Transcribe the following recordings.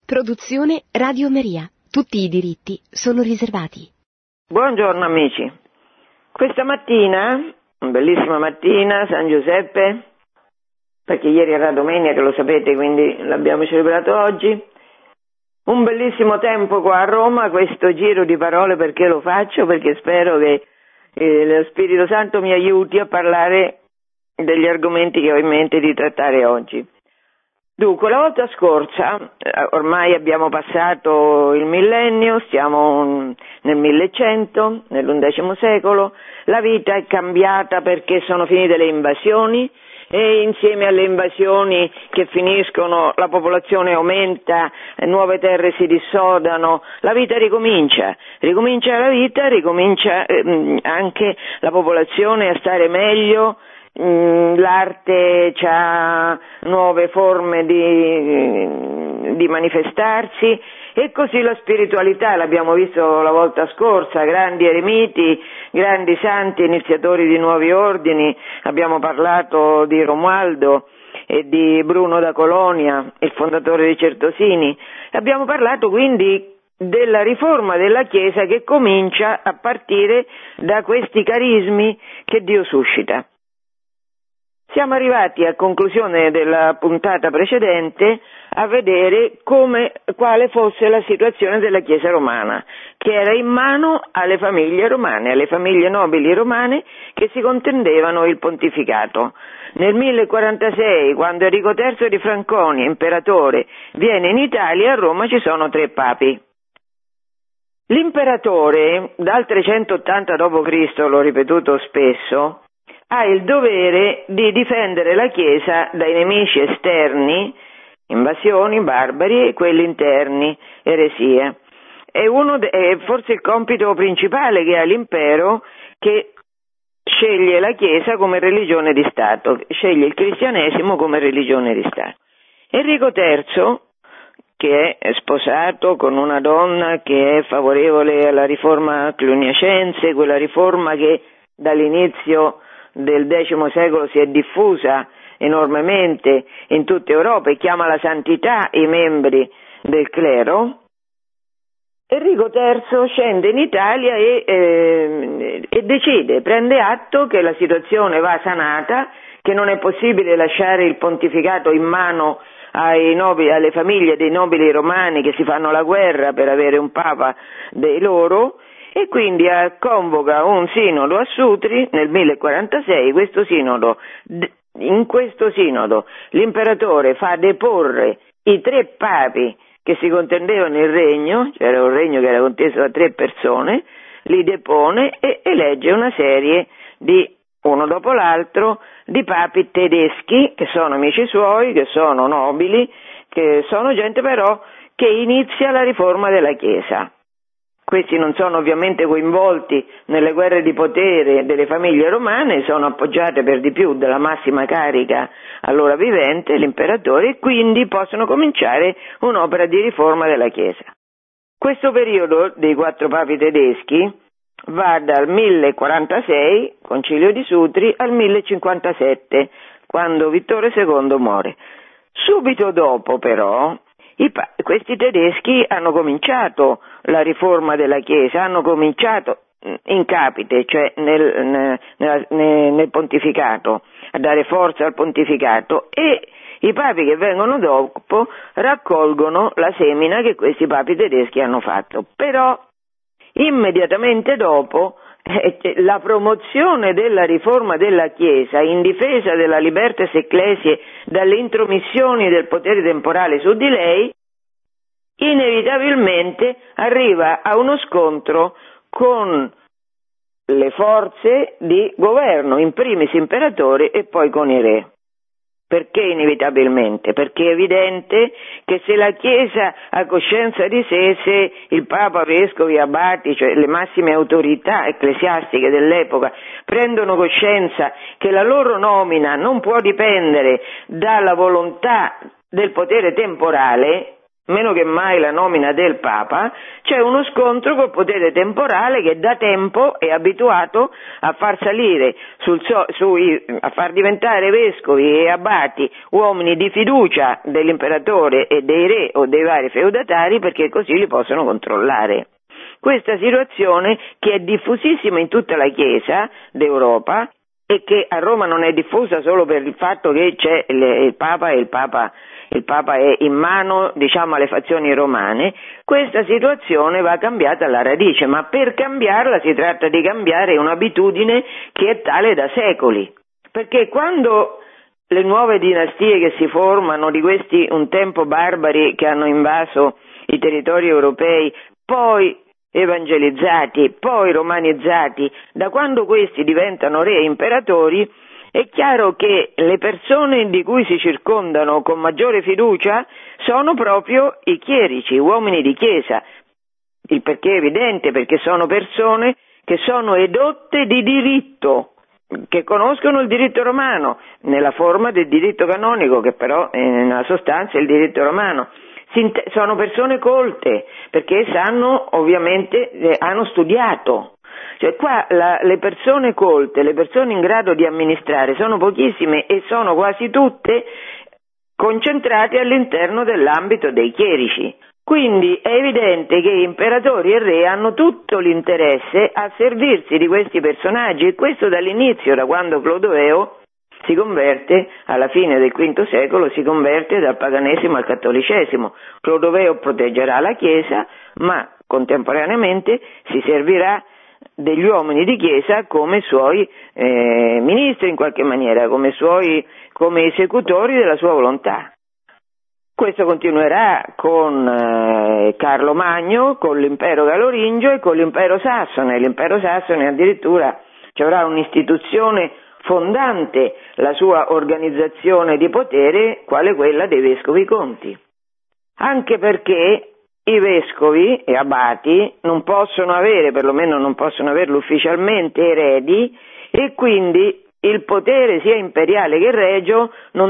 Produzione Radio Maria. Tutti i diritti sono riservati. Buongiorno amici. Questa mattina, una bellissima mattina, San Giuseppe, perché ieri era domenica, lo sapete, quindi l'abbiamo celebrato oggi. Un bellissimo tempo qua a Roma, questo giro di parole perché lo faccio? Perché spero che lo Spirito Santo mi aiuti a parlare degli argomenti che ho in mente di trattare oggi. Dunque, la volta scorsa, ormai abbiamo passato il millennio, stiamo nel 1100, nell'undecimo secolo, la vita è cambiata perché sono finite le invasioni e insieme alle invasioni che finiscono la popolazione aumenta, nuove terre si dissodano, la vita ricomincia la vita, ricomincia anche la popolazione a stare meglio. L'arte ha nuove forme di manifestarsi e così la spiritualità, l'abbiamo visto la volta scorsa, grandi eremiti, grandi santi, iniziatori di nuovi ordini, abbiamo parlato di Romualdo e di Bruno da Colonia, il fondatore dei Certosini, abbiamo parlato quindi della riforma della Chiesa che comincia a partire da questi carismi che Dio suscita. Siamo arrivati a conclusione della puntata precedente a vedere quale fosse la situazione della Chiesa romana, che era in mano alle famiglie romane, alle famiglie nobili romane che si contendevano il pontificato. Nel 1046, quando Enrico III di Franconi, imperatore, viene in Italia, a Roma ci sono 3 papi. L'imperatore, dal 380 d.C., l'ho ripetuto spesso, ha il dovere di difendere la Chiesa dai nemici esterni, invasioni, barbari, e quelli interni, eresie. È forse il compito principale che ha l'impero, che sceglie la Chiesa come religione di Stato, sceglie il cristianesimo come religione di Stato. Enrico III, che è sposato con una donna che è favorevole alla riforma cluniacense, quella riforma che dall'inizio del X secolo si è diffusa enormemente in tutta Europa e chiama alla santità i membri del clero. Enrico III scende in Italia e decide, prende atto che la situazione va sanata, che non è possibile lasciare il pontificato in mano alle famiglie dei nobili romani che si fanno la guerra per avere un papa dei loro, e quindi convoca un sinodo a Sutri nel 1046. In questo sinodo l'imperatore fa deporre i 3 papi che si contendevano il regno, cioè era un regno che era conteso da 3 persone, li depone e elegge una serie di, uno dopo l'altro, di papi tedeschi, che sono amici suoi, che sono nobili, che sono gente però che inizia la riforma della Chiesa. Questi non sono ovviamente coinvolti nelle guerre di potere delle famiglie romane, sono appoggiate per di più dalla massima carica allora vivente, l'imperatore, e quindi possono cominciare un'opera di riforma della Chiesa. Questo periodo dei 4 papi tedeschi va dal 1046, concilio di Sutri, al 1057, quando Vittorio II muore. Subito dopo però questi tedeschi hanno cominciato la riforma della Chiesa, hanno cominciato in capite, cioè nel pontificato, a dare forza al pontificato, e i papi che vengono dopo raccolgono la semina che questi papi tedeschi hanno fatto. Però immediatamente dopo la promozione della riforma della Chiesa in difesa della libertas ecclesiae dalle intromissioni del potere temporale su di lei, inevitabilmente arriva a uno scontro con le forze di governo, in primis imperatore e poi con i re. Perché inevitabilmente? Perché è evidente che se la Chiesa ha coscienza di sé, se il Papa, vescovi, abati, cioè le massime autorità ecclesiastiche dell'epoca, prendono coscienza che la loro nomina non può dipendere dalla volontà del potere temporale, meno che mai la nomina del Papa, c'è uno scontro col potere temporale che da tempo è abituato a far salire a far diventare vescovi e abati uomini di fiducia dell'imperatore e dei re o dei vari feudatari, perché così li possono controllare. Questa situazione, che è diffusissima in tutta la Chiesa d'Europa e che a Roma non è diffusa solo per il fatto che c'è il Papa e il Papa è in mano, diciamo, alle fazioni romane, questa situazione va cambiata alla radice, ma per cambiarla si tratta di cambiare un'abitudine che è tale da secoli, perché quando le nuove dinastie che si formano di questi un tempo barbari che hanno invaso i territori europei, poi evangelizzati, poi romanizzati, da quando questi diventano re e imperatori, è chiaro che le persone di cui si circondano con maggiore fiducia sono proprio i chierici, uomini di chiesa. Il perché è evidente, perché sono persone che sono edotte di diritto, che conoscono il diritto romano, nella forma del diritto canonico, che però nella sostanza è il diritto romano. Sono persone colte, perché sanno, ovviamente, hanno studiato. Cioè qua le persone colte, le persone in grado di amministrare sono pochissime e sono quasi tutte concentrate all'interno dell'ambito dei chierici. Quindi è evidente che imperatori e re hanno tutto l'interesse a servirsi di questi personaggi, e questo dall'inizio, da quando Clodoveo si converte, alla fine del V secolo, si converte dal paganesimo al cattolicesimo. Clodoveo proteggerà la Chiesa, ma contemporaneamente si servirà degli uomini di Chiesa come suoi ministri in qualche maniera, come esecutori della sua volontà. Questo continuerà con Carlo Magno, con l'impero Carolingio e con l'impero sassone. L'impero sassone addirittura ci avrà un'istituzione fondante, la sua organizzazione di potere, quale quella dei vescovi conti. Anche perché i vescovi e abati non possono avere, perlomeno non possono averlo ufficialmente, eredi, e quindi il potere sia imperiale che regio non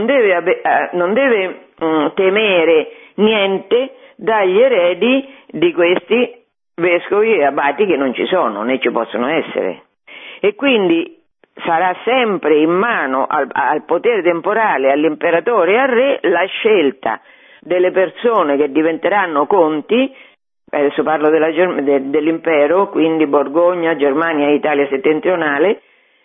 deve temere niente dagli eredi di questi vescovi e abati che non ci sono, né ci possono essere. E quindi sarà sempre in mano al potere temporale, all'imperatore e al re, la scelta delle persone che diventeranno conti. Adesso parlo dell'impero, quindi Borgogna, Germania e Italia settentrionale,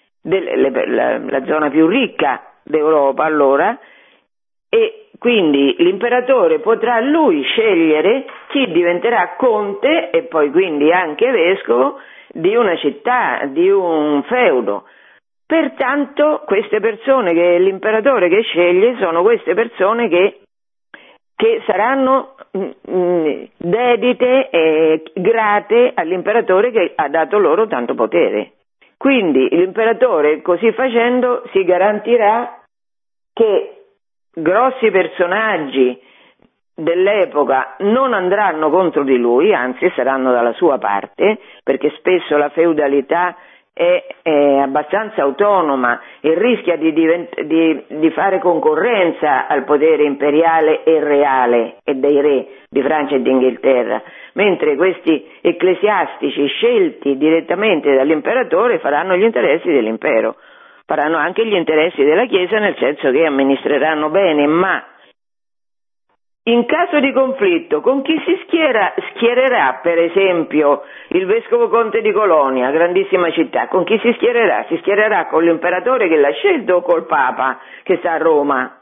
la zona più ricca d'Europa allora, e quindi l'imperatore potrà lui scegliere chi diventerà conte e poi quindi anche vescovo di una città, di un feudo. Pertanto queste persone che l'imperatore che sceglie sono queste persone che saranno dedite e grate all'imperatore che ha dato loro tanto potere. Quindi l'imperatore, così facendo, si garantirà che grossi personaggi dell'epoca non andranno contro di lui, anzi saranno dalla sua parte, perché spesso la feudalità è abbastanza autonoma e rischia di fare concorrenza al potere imperiale e reale e dei re di Francia e di Inghilterra, mentre questi ecclesiastici scelti direttamente dall'imperatore faranno gli interessi dell'impero, faranno anche gli interessi della Chiesa, nel senso che amministreranno bene, ma in caso di conflitto, con chi si schiererà per esempio il vescovo conte di Colonia, grandissima città? Con chi si schiererà? Si schiererà con l'imperatore che l'ha scelto o col Papa che sta a Roma?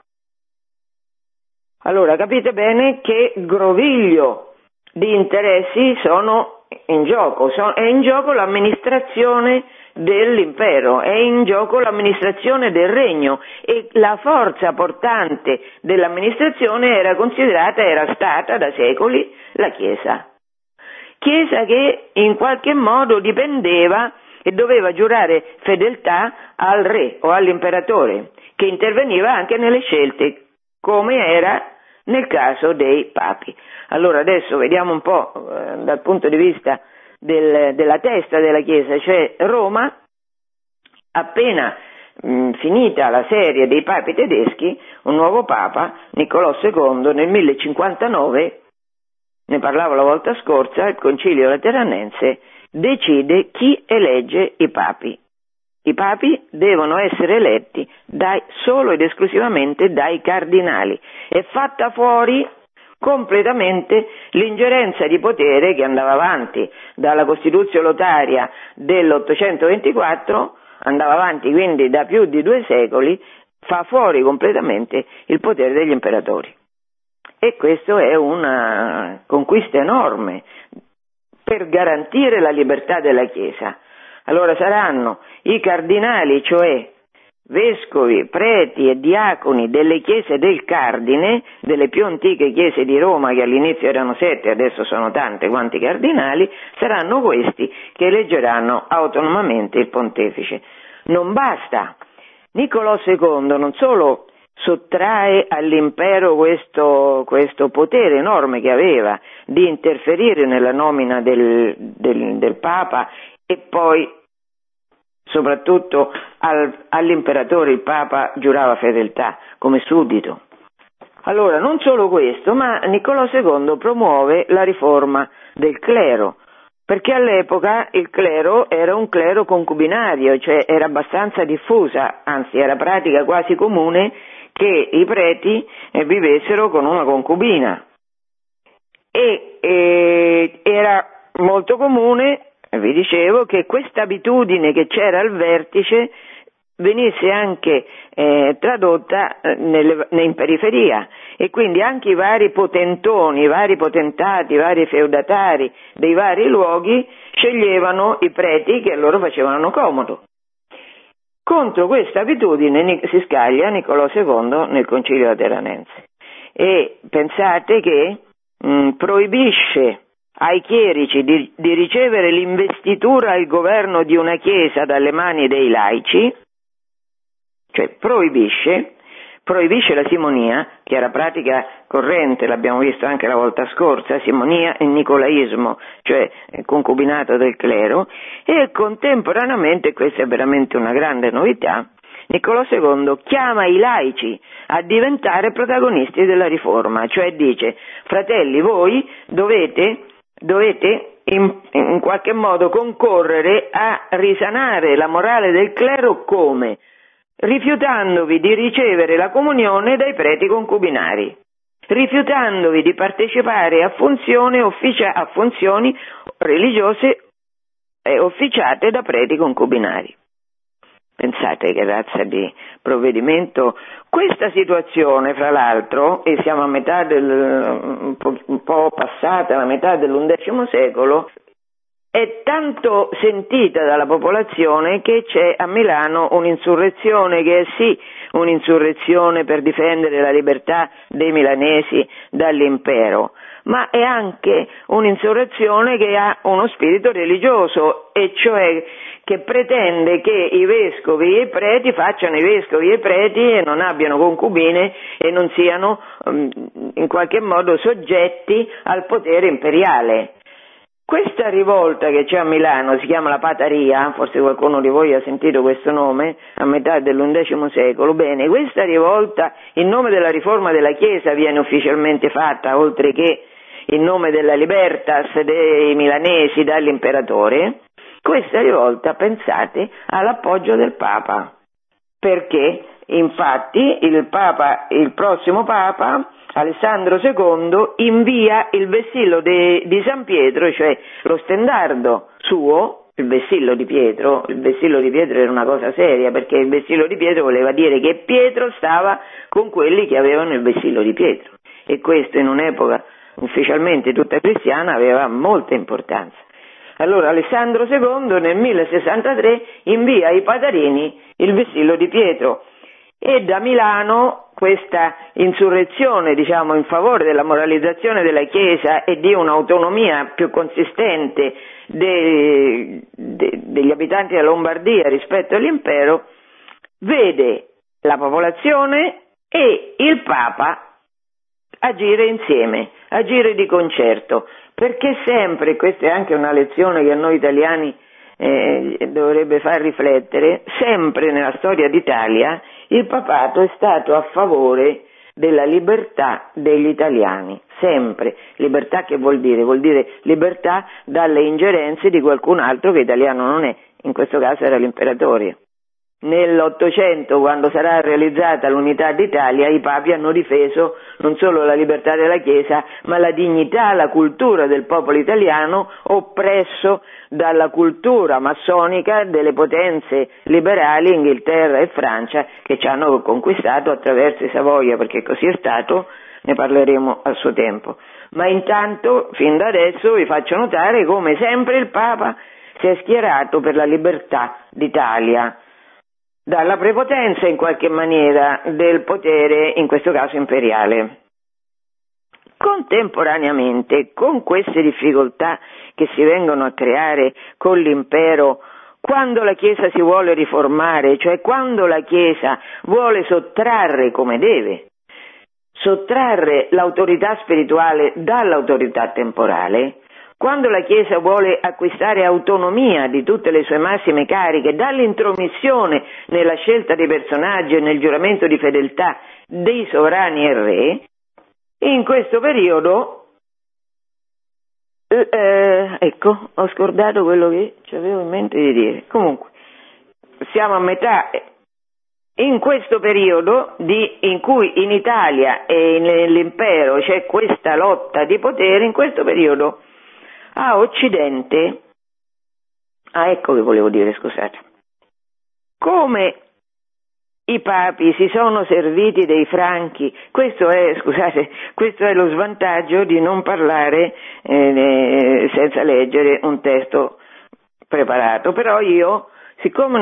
Allora capite bene che groviglio di interessi sono in gioco, è in gioco l'amministrazione dell'impero, è in gioco l'amministrazione del regno, e la forza portante dell'amministrazione era stata da secoli la Chiesa che in qualche modo dipendeva e doveva giurare fedeltà al re o all'imperatore, che interveniva anche nelle scelte, come era nel caso dei papi. Allora adesso vediamo un po' dal punto di vista della testa della Chiesa, cioè Roma, appena finita la serie dei papi tedeschi, un nuovo papa, Niccolò II, nel 1059 ne parlavo la volta scorsa, il Concilio Lateranense decide chi elegge i papi. I papi devono essere eletti solo ed esclusivamente dai cardinali. È fatta fuori completamente l'ingerenza di potere che andava avanti dalla Costituzione Lotaria dell'824, andava avanti quindi da più di 2 secoli, fa fuori completamente il potere degli imperatori. E questo è una conquista enorme per garantire la libertà della Chiesa. Allora saranno i cardinali, cioè vescovi, preti e diaconi delle chiese del Cardine, delle più antiche chiese di Roma, che all'inizio erano 7, adesso sono tante quanti cardinali, saranno questi che eleggeranno autonomamente il pontefice. Non basta. Nicolò II non solo sottrae all'impero questo potere enorme che aveva di interferire nella nomina del Papa e poi soprattutto all'imperatore il Papa giurava fedeltà come suddito. Allora non solo questo, ma Niccolò II promuove la riforma del clero, perché all'epoca il clero era un clero concubinario, cioè era abbastanza diffusa, anzi era pratica quasi comune che i preti vivessero con una concubina e era molto comune, vi dicevo, che questa abitudine che c'era al vertice venisse anche tradotta in periferia, e quindi anche i vari potentoni, i vari potentati, i vari feudatari dei vari luoghi sceglievano i preti che a loro facevano comodo. Contro questa abitudine si scaglia Niccolò II nel Concilio Lateranense e pensate che proibisce ai chierici di ricevere l'investitura al governo di una chiesa dalle mani dei laici, cioè proibisce la simonia, che era pratica corrente, l'abbiamo visto anche la volta scorsa, simonia e nicolaismo, cioè concubinato del clero, e contemporaneamente, questa è veramente una grande novità, Niccolò II chiama i laici a diventare protagonisti della riforma, cioè dice: fratelli, voi dovete in qualche modo concorrere a risanare la morale del clero come? Rifiutandovi di ricevere la comunione dai preti concubinari, rifiutandovi di partecipare a funzioni religiose officiate da preti concubinari. Pensate che razza di provvedimento. Questa situazione, fra l'altro, e siamo a metà un po' passata la metà dell'undecimo secolo, è tanto sentita dalla popolazione che c'è a Milano un'insurrezione che è sì un'insurrezione per difendere la libertà dei milanesi dall'impero, ma è anche un'insurrezione che ha uno spirito religioso, e cioè che pretende che i vescovi e i preti facciano i vescovi e i preti e non abbiano concubine e non siano in qualche modo soggetti al potere imperiale. Questa rivolta che c'è a Milano si chiama la Pataria, forse qualcuno di voi ha sentito questo nome, a metà dell'undecimo secolo. Bene, questa rivolta in nome della riforma della Chiesa viene ufficialmente fatta, oltre che in nome della libertas dei milanesi dall'imperatore. Questa rivolta, pensate, ha l'appoggio del Papa, perché infatti il prossimo Papa, Alessandro II, invia il vessillo di San Pietro, cioè lo stendardo suo, il vessillo di Pietro era una cosa seria, perché il vessillo di Pietro voleva dire che Pietro stava con quelli che avevano il vessillo di Pietro, e questo in un'epoca ufficialmente tutta cristiana aveva molta importanza. Allora Alessandro II nel 1063 invia ai patarini il vessillo di Pietro, e da Milano questa insurrezione, diciamo, in favore della moralizzazione della Chiesa e di un'autonomia più consistente degli abitanti della Lombardia rispetto all'impero, vede la popolazione e il Papa agire insieme, agire di concerto, perché sempre, questa è anche una lezione che a noi italiani dovrebbe far riflettere, sempre nella storia d'Italia il papato è stato a favore della libertà degli italiani, sempre. Libertà che vuol dire? Vuol dire libertà dalle ingerenze di qualcun altro che italiano non è, in questo caso era l'imperatore. Nell'Ottocento, quando sarà realizzata l'unità d'Italia, i papi hanno difeso non solo la libertà della Chiesa, ma la dignità, la cultura del popolo italiano oppresso dalla cultura massonica delle potenze liberali, Inghilterra e Francia, che ci hanno conquistato attraverso i Savoia, perché così è stato, ne parleremo a suo tempo. Ma intanto, fin da adesso, vi faccio notare come sempre il Papa si è schierato per la libertà d'Italia, dalla prepotenza in qualche maniera del potere, in questo caso imperiale. Contemporaneamente, con queste difficoltà che si vengono a creare con l'impero, quando la Chiesa si vuole riformare, cioè quando la Chiesa vuole sottrarre, come deve, sottrarre l'autorità spirituale dall'autorità temporale, quando la Chiesa vuole acquistare autonomia di tutte le sue massime cariche dall'intromissione nella scelta dei personaggi e nel giuramento di fedeltà dei sovrani e re, in questo periodo, ecco, ho scordato quello che avevo in mente di dire. Comunque, siamo a metà. In questo periodo in cui in Italia e nell'impero c'è questa lotta di potere, in questo periodo a Occidente, ecco che volevo dire, scusate, come i papi si sono serviti dei franchi, questo è lo svantaggio di non parlare senza leggere un testo preparato, però io, siccome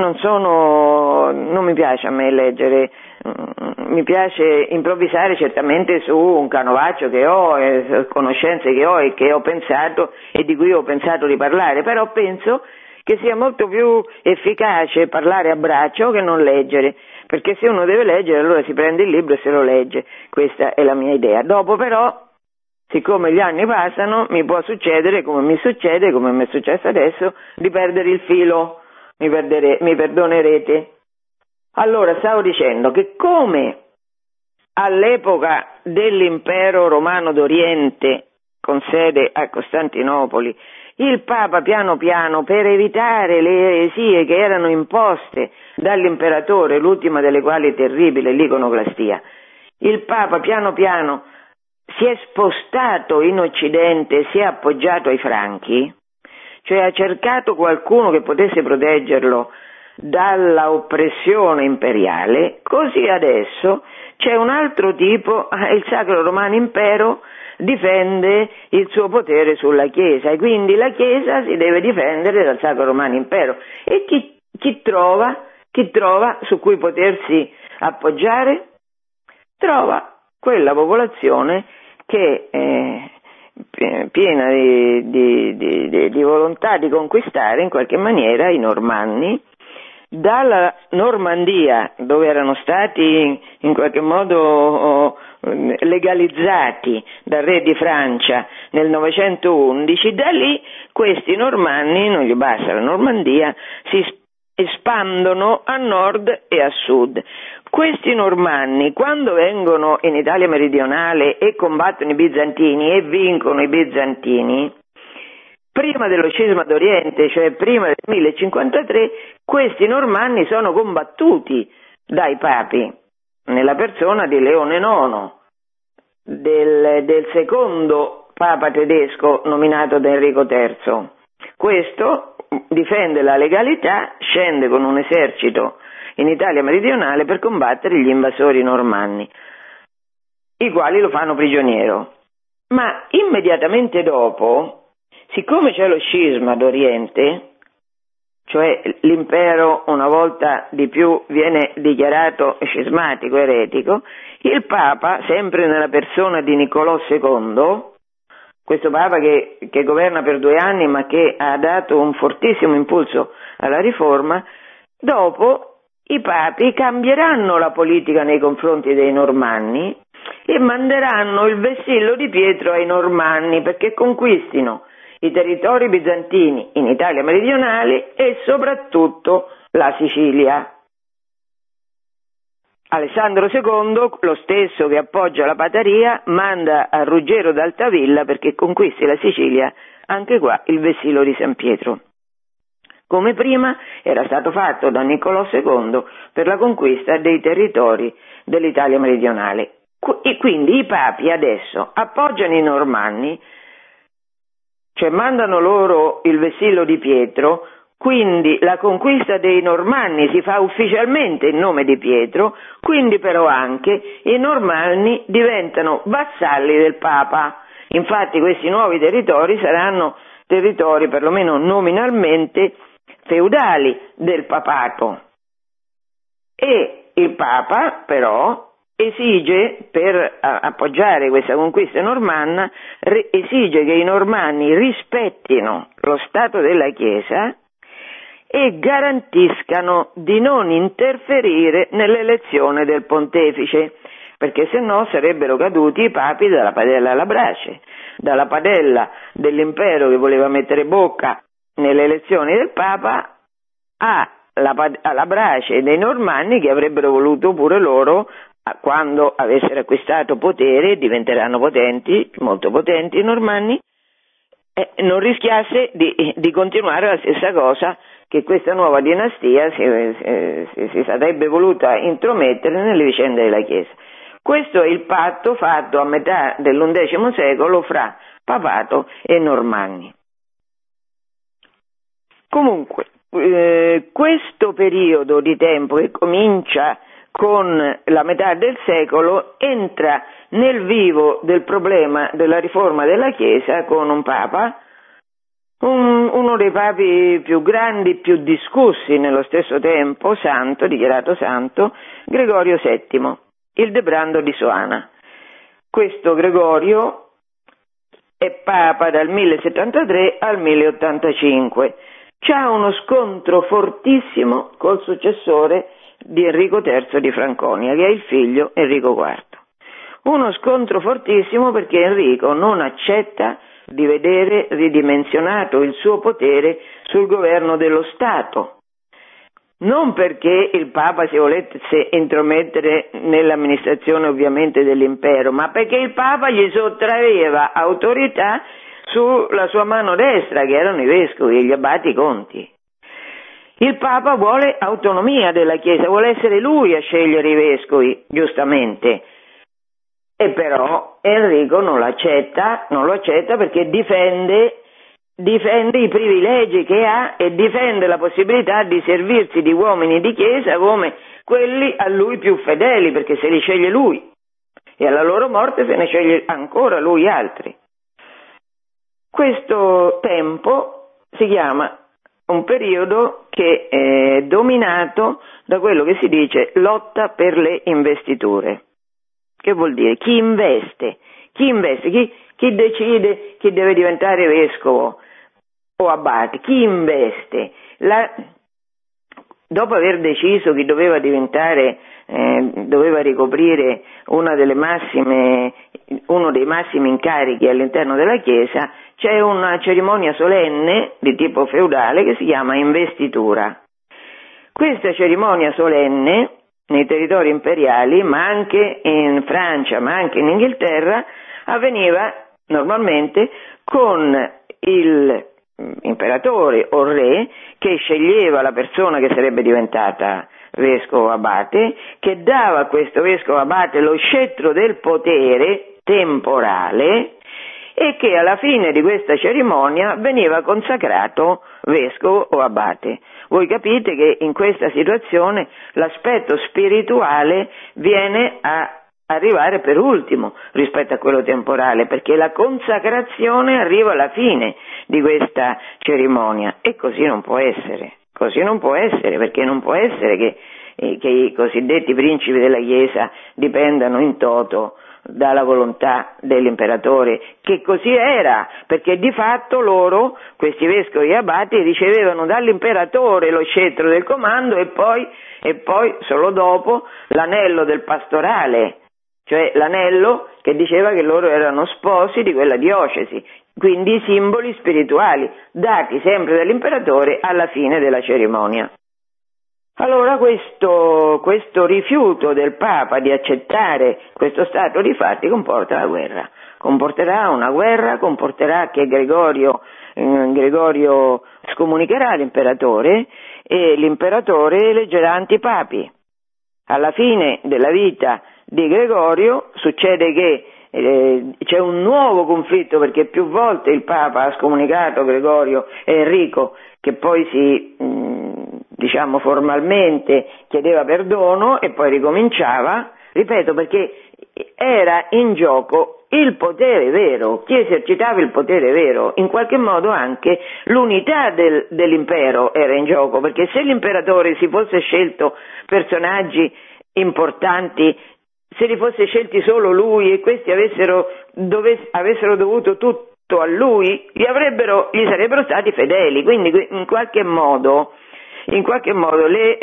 non mi piace a me leggere, mi piace improvvisare certamente su un canovaccio che ho, conoscenze che ho e che ho pensato e di cui ho pensato di parlare, però penso che sia molto più efficace parlare a braccio che non leggere, perché se uno deve leggere allora si prende il libro e se lo legge, questa è la mia idea. Dopo però, siccome gli anni passano, mi può succedere, come mi è successo adesso, di perdere il filo. Mi perdonerete. Allora, stavo dicendo che come all'epoca dell'impero romano d'Oriente, con sede a Costantinopoli, il Papa piano piano, per evitare le eresie che erano imposte dall'imperatore, l'ultima delle quali terribile, l'iconoclastia, il Papa piano piano si è spostato in Occidente, si è appoggiato ai franchi, cioè ha cercato qualcuno che potesse proteggerlo dalla oppressione imperiale, così adesso c'è un altro tipo, il Sacro Romano Impero difende il suo potere sulla Chiesa e quindi la Chiesa si deve difendere dal Sacro Romano Impero. E chi trova su cui potersi appoggiare? Trova quella popolazione che piena di volontà di conquistare in qualche maniera i normanni, dalla Normandia, dove erano stati in qualche modo legalizzati dal re di Francia nel 911, da lì questi normanni, non gli basta la Normandia, si espandono a nord e a sud. Questi normanni, quando vengono in Italia meridionale e combattono i bizantini e vincono i bizantini, prima dello scisma d'Oriente, cioè prima del 1053, questi normanni sono combattuti dai papi, nella persona di Leone IX, del secondo papa tedesco nominato da Enrico III. Questo difende la legalità, scende con un esercito in Italia meridionale per combattere gli invasori normanni, i quali lo fanno prigioniero. Ma immediatamente dopo, siccome c'è lo scisma d'Oriente, cioè l'impero una volta di più viene dichiarato scismatico, eretico, il Papa, sempre nella persona di Niccolò II, questo Papa che governa per 2 anni ma che ha dato un fortissimo impulso alla riforma, dopo i papi cambieranno la politica nei confronti dei normanni e manderanno il vessillo di Pietro ai normanni perché conquistino i territori bizantini in Italia meridionale e soprattutto la Sicilia. Alessandro II, lo stesso che appoggia la Pataria, manda a Ruggero d'Altavilla perché conquisti la Sicilia, anche qua il vessillo di San Pietro, come prima era stato fatto da Niccolò II per la conquista dei territori dell'Italia meridionale. E quindi i papi adesso appoggiano i Normanni, cioè mandano loro il vessillo di Pietro, quindi la conquista dei Normanni si fa ufficialmente in nome di Pietro, quindi però anche i Normanni diventano vassalli del Papa. Infatti questi nuovi territori saranno territori perlomeno nominalmente feudali del papato. E il Papa però esige, per appoggiare questa conquista normanna, esige che i normanni rispettino lo Stato della Chiesa e garantiscano di non interferire nell'elezione del pontefice, perché se no sarebbero caduti i papi dalla padella alla brace, dalla padella dell'impero che voleva mettere bocca nelle elezioni del Papa alla brace dei normanni che avrebbero voluto pure loro, quando avessero acquistato potere, diventeranno potenti, molto potenti i normanni, non rischiasse di continuare la stessa cosa, che questa nuova dinastia si sarebbe voluta intromettere nelle vicende della Chiesa. Questo è il patto fatto a metà dell'undecimo secolo fra papato e normanni. Comunque, questo periodo di tempo che comincia con la metà del secolo entra nel vivo del problema della riforma della Chiesa con un Papa, uno dei papi più grandi, più discussi nello stesso tempo, santo, dichiarato santo, Gregorio VII, il Debrando di Soana. Questo Gregorio è Papa dal 1073 al 1085. C'ha uno scontro fortissimo col successore di Enrico III di Franconia, che è il figlio Enrico IV. Uno scontro fortissimo perché Enrico non accetta di vedere ridimensionato il suo potere sul governo dello Stato. Non perché il Papa si volesse intromettere nell'amministrazione ovviamente dell'impero, ma perché il Papa gli sottraeva autorità sulla sua mano destra, che erano i vescovi, gli abati, i conti. Il Papa vuole autonomia della Chiesa, vuole essere lui a scegliere i vescovi, giustamente. E però Enrico non lo accetta perché difende i privilegi che ha e difende la possibilità di servirsi di uomini di Chiesa come quelli a lui più fedeli, perché se li sceglie lui e alla loro morte se ne sceglie ancora lui altri. Questo tempo si chiama un periodo che è dominato da quello che si dice lotta per le investiture. Che vuol dire? Chi investe, chi decide chi deve diventare vescovo o abate, chi investe. Dopo aver deciso chi doveva diventare, doveva ricoprire uno dei massimi incarichi all'interno della Chiesa, c'è una cerimonia solenne di tipo feudale che si chiama investitura. Questa cerimonia solenne nei territori imperiali, ma anche in Francia, ma anche in Inghilterra, avveniva normalmente con il imperatore o re che sceglieva la persona che sarebbe diventata vescovo abate, che dava a questo vescovo abate lo scettro del potere temporale e che alla fine di questa cerimonia veniva consacrato vescovo o abate. Voi capite che in questa situazione l'aspetto spirituale viene a arrivare per ultimo rispetto a quello temporale, perché la consacrazione arriva alla fine di questa cerimonia e così non può essere, perché non può essere che i cosiddetti principi della Chiesa dipendano in toto dalla volontà dell'imperatore, che così era, perché di fatto loro, questi vescovi e abati, ricevevano dall'imperatore lo scettro del comando e poi solo dopo l'anello del pastorale, cioè l'anello che diceva che loro erano sposi di quella diocesi, quindi i simboli spirituali dati sempre dall'imperatore alla fine della cerimonia. Allora questo rifiuto del Papa di accettare questo stato di fatti comporta la guerra. Comporterà una guerra, comporterà che Gregorio scomunicherà l'imperatore e l'imperatore eleggerà antipapi. Alla fine della vita di Gregorio succede che c'è un nuovo conflitto, perché più volte il Papa ha scomunicato Gregorio e Enrico, che poi formalmente chiedeva perdono e poi ricominciava, ripeto, perché era in gioco il potere vero, chi esercitava il potere vero, in qualche modo anche l'unità dell'impero era in gioco, perché se l'imperatore si fosse scelto personaggi importanti, se li fosse scelti solo lui e questi avessero dovuto tutto a lui, gli sarebbero stati fedeli, quindi in qualche modo le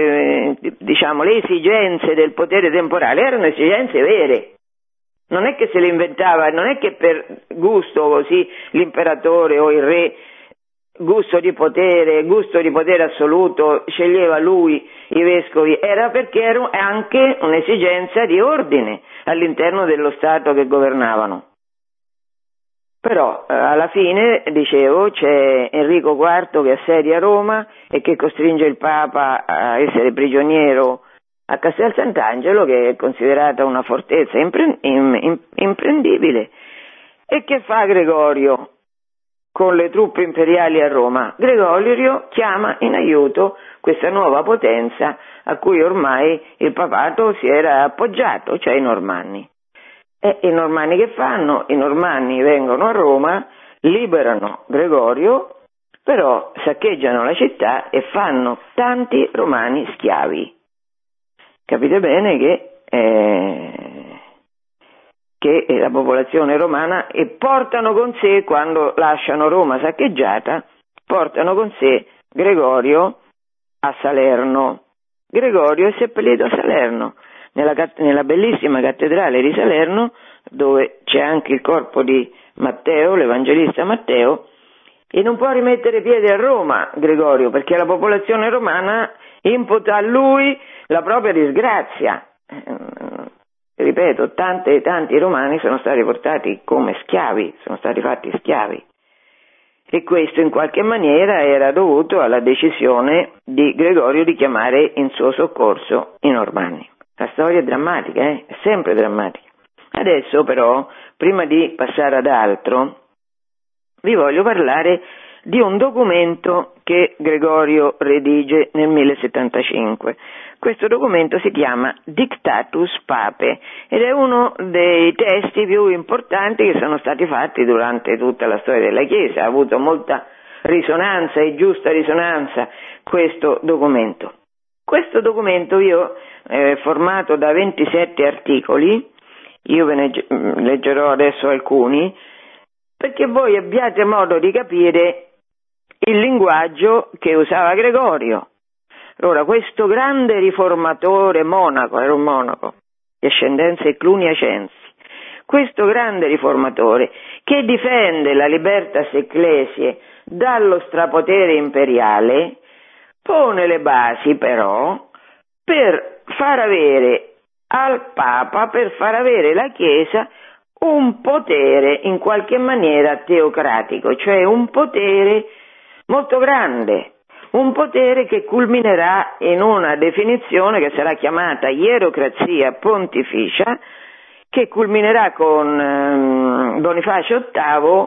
esigenze del potere temporale erano esigenze vere. Non è che se le inventava, non è che per gusto così l'imperatore o il re, gusto di potere assoluto, sceglieva lui i vescovi, era perché era anche un'esigenza di ordine all'interno dello Stato che governavano. Però alla fine, dicevo, c'è Enrico IV che assedia Roma e che costringe il Papa a essere prigioniero a Castel Sant'Angelo, che è considerata una fortezza imprendibile. E che fa Gregorio con le truppe imperiali a Roma? Gregorio chiama in aiuto questa nuova potenza a cui ormai il papato si era appoggiato, cioè i Normanni. E i Normanni che fanno? I Normanni vengono a Roma, liberano Gregorio, però saccheggiano la città e fanno tanti romani schiavi. Capite bene che la popolazione romana, e portano con sé, quando lasciano Roma saccheggiata, portano con sé Gregorio a Salerno. Gregorio è seppellito a Salerno, nella bellissima cattedrale di Salerno, dove c'è anche il corpo di Matteo, l'evangelista Matteo, e non può rimettere piede a Roma Gregorio, perché la popolazione romana imputa a lui la propria disgrazia. Ripeto, tanti romani sono stati portati come schiavi, sono stati fatti schiavi. E questo in qualche maniera era dovuto alla decisione di Gregorio di chiamare in suo soccorso i Normanni. La storia è drammatica, è sempre drammatica. Adesso però, prima di passare ad altro, vi voglio parlare di un documento che Gregorio redige nel 1075. Questo documento si chiama Dictatus Papae ed è uno dei testi più importanti che sono stati fatti durante tutta la storia della Chiesa. Ha avuto molta risonanza e giusta risonanza questo documento. Questo documento è formato da 27 articoli, io ve ne leggerò adesso alcuni, perché voi abbiate modo di capire il linguaggio che usava Gregorio. Allora, questo grande riformatore monaco, era un monaco, di ascendenze cluniacensi, questo grande riformatore che difende la libertas ecclesiae dallo strapotere imperiale, pone le basi però per far avere al Papa, per far avere la Chiesa un potere in qualche maniera teocratico, cioè un potere molto grande, un potere che culminerà in una definizione che sarà chiamata ierocrazia pontificia, che culminerà con Bonifacio VIII,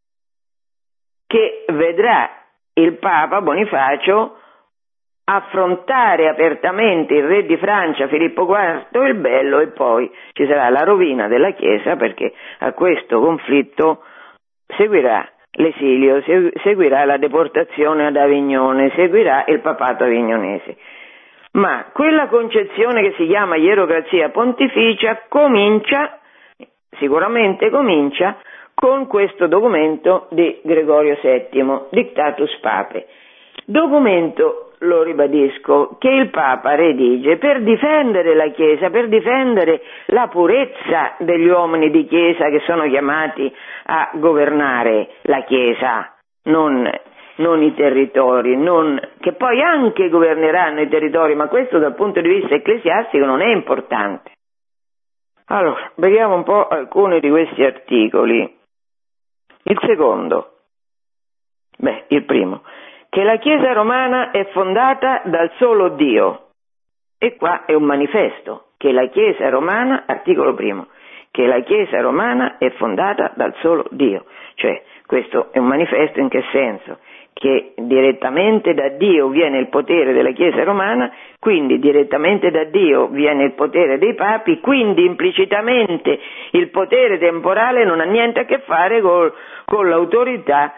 che vedrà il Papa Bonifacio affrontare apertamente il re di Francia Filippo IV il Bello, e poi ci sarà la rovina della Chiesa, perché a questo conflitto seguirà l'esilio, seguirà la deportazione ad Avignone, seguirà il papato avignonese. Ma quella concezione che si chiama ierocrazia pontificia sicuramente comincia con questo documento di Gregorio VII, Dictatus Papae. Documento, lo ribadisco, che il Papa redige per difendere la Chiesa, per difendere la purezza degli uomini di Chiesa che sono chiamati a governare la Chiesa, non non i territori, che poi anche governeranno i territori, ma questo dal punto di vista ecclesiastico non è importante. Allora, vediamo un po' alcuni di questi articoli. Il secondo, il primo, che la Chiesa romana è fondata dal solo Dio. E qua è un manifesto, che la Chiesa romana, articolo primo, che la Chiesa romana è fondata dal solo Dio. Cioè, questo è un manifesto in che senso? Che direttamente da Dio viene il potere della Chiesa romana, quindi direttamente da Dio viene il potere dei papi, quindi implicitamente il potere temporale non ha niente a che fare con l'autorità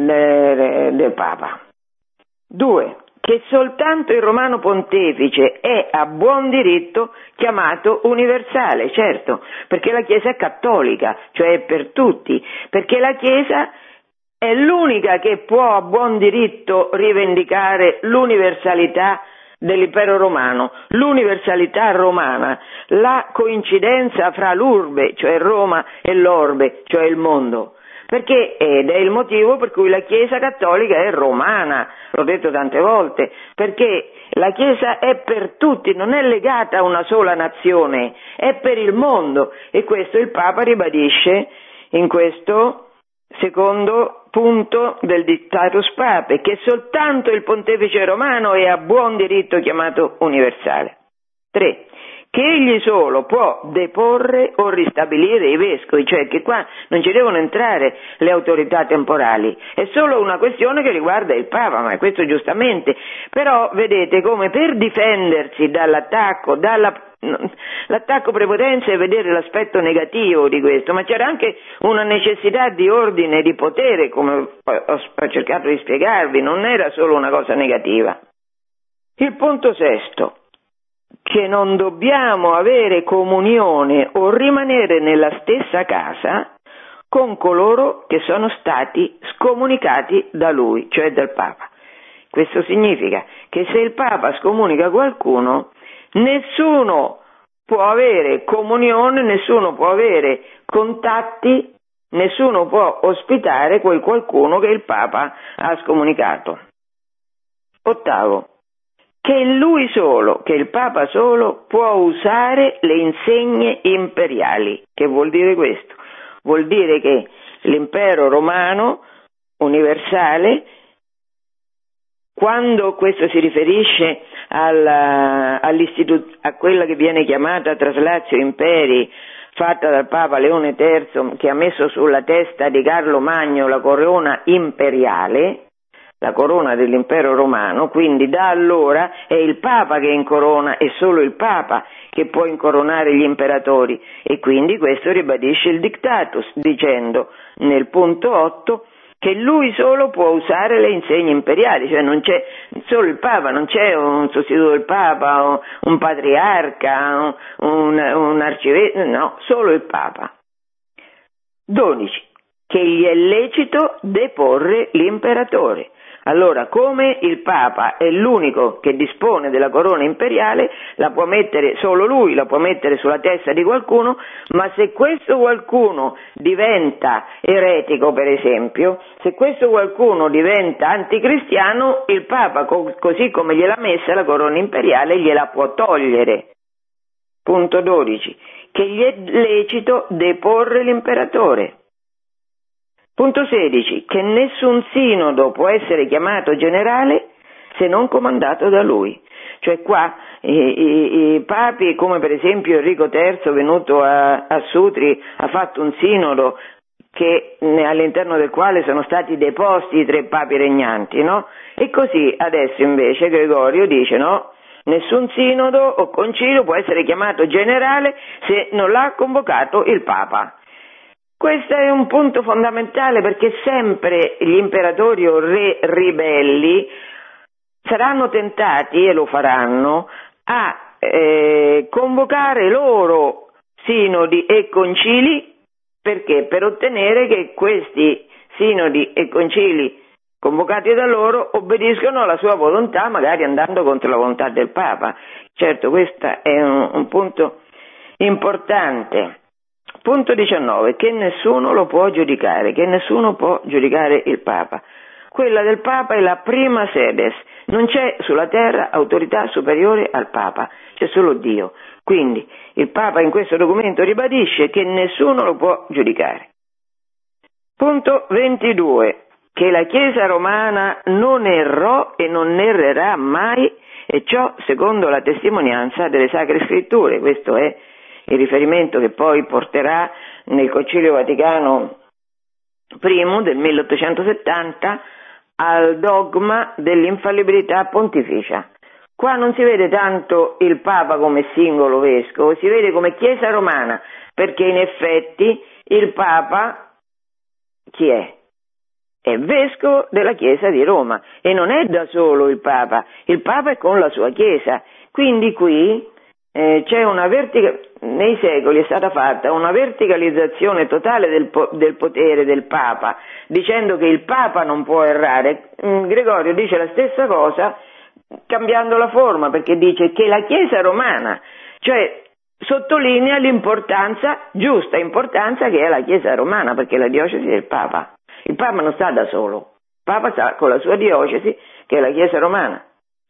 del Papa. 2. Che soltanto il Romano Pontefice è a buon diritto chiamato universale, certo, perché la Chiesa è cattolica, cioè è per tutti, perché la Chiesa è l'unica che può a buon diritto rivendicare l'universalità dell'impero romano, l'universalità romana, la coincidenza fra l'urbe, cioè Roma, e l'orbe, cioè il mondo. Ed è il motivo per cui la Chiesa cattolica è romana, l'ho detto tante volte, perché la Chiesa è per tutti, non è legata a una sola nazione, è per il mondo, e questo il Papa ribadisce in questo secondo punto del Dictatus Papae, che soltanto il Pontefice romano è a buon diritto chiamato universale. 3. Che egli solo può deporre o ristabilire i vescovi, cioè che qua non ci devono entrare le autorità temporali, è solo una questione che riguarda il Papa, ma questo giustamente, però vedete come per difendersi dall'attacco, l'attacco prepotenza è vedere l'aspetto negativo di questo, ma c'era anche una necessità di ordine e di potere, come ho cercato di spiegarvi, non era solo una cosa negativa. Il punto sesto, che non dobbiamo avere comunione o rimanere nella stessa casa con coloro che sono stati scomunicati da lui, cioè dal Papa. Questo significa che se il Papa scomunica qualcuno, nessuno può avere comunione, nessuno può avere contatti, nessuno può ospitare quel qualcuno che il Papa ha scomunicato. 8. Che lui solo, che il Papa solo, può usare le insegne imperiali. Che vuol dire questo? Vuol dire che l'impero romano universale, quando questo si riferisce a quella che viene chiamata Traslatio Imperi, fatta dal Papa Leone III, che ha messo sulla testa di Carlo Magno la corona imperiale, la corona dell'impero romano, quindi da allora è il Papa che incorona, è solo il Papa che può incoronare gli imperatori, e quindi questo ribadisce il Dictatus, dicendo nel punto 8 che lui solo può usare le insegne imperiali, cioè non c'è solo il Papa, non c'è un sostituto del Papa, un patriarca, un arcivescovo, no, solo il Papa. 12. Che gli è lecito deporre l'imperatore. Allora, come il Papa è l'unico che dispone della corona imperiale, la può mettere solo lui, la può mettere sulla testa di qualcuno, ma se questo qualcuno diventa eretico, per esempio, se questo qualcuno diventa anticristiano, il Papa, così come gliel'ha messa la corona imperiale, gliela può togliere. Punto 12. Che gli è lecito deporre l'imperatore. Punto 16. Che nessun sinodo può essere chiamato generale se non comandato da lui. Cioè qua i papi, come per esempio Enrico III, venuto a Sutri, ha fatto un sinodo all'interno del quale sono stati deposti i 3 papi regnanti, no? E così adesso invece Gregorio dice no, nessun sinodo o concilio può essere chiamato generale se non l'ha convocato il Papa. Questo è un punto fondamentale, perché sempre gli imperatori o re ribelli saranno tentati, e lo faranno, a convocare loro sinodi e concili, perché? Per ottenere che questi sinodi e concili convocati da loro obbediscono alla sua volontà, magari andando contro la volontà del Papa. Certo, questo è un punto importante. Punto 19, che nessuno lo può giudicare, che nessuno può giudicare il Papa. quella del Papa è la prima sedes, non c'è sulla terra autorità superiore al Papa, c'è solo Dio. Quindi il Papa in questo documento ribadisce che nessuno lo può giudicare. Punto 22. Che la Chiesa romana non errò e non errerà mai, e ciò secondo la testimonianza delle Sacre Scritture. Questo è il riferimento che poi porterà nel Concilio Vaticano I del 1870 al dogma dell'infallibilità pontificia. Qua non si vede tanto il Papa come singolo vescovo, si vede come Chiesa romana, perché in effetti il Papa chi è? È vescovo della Chiesa di Roma e non è da solo il Papa è con la sua Chiesa. Quindi qui c'è nei secoli è stata fatta una verticalizzazione totale del potere del Papa, dicendo che il Papa non può errare. Gregorio dice la stessa cosa cambiando la forma, perché dice che la Chiesa romana, cioè sottolinea giusta importanza che è la Chiesa romana, perché è la diocesi del Papa. Il Papa non sta da solo, il Papa sta con la sua diocesi, che è la Chiesa romana.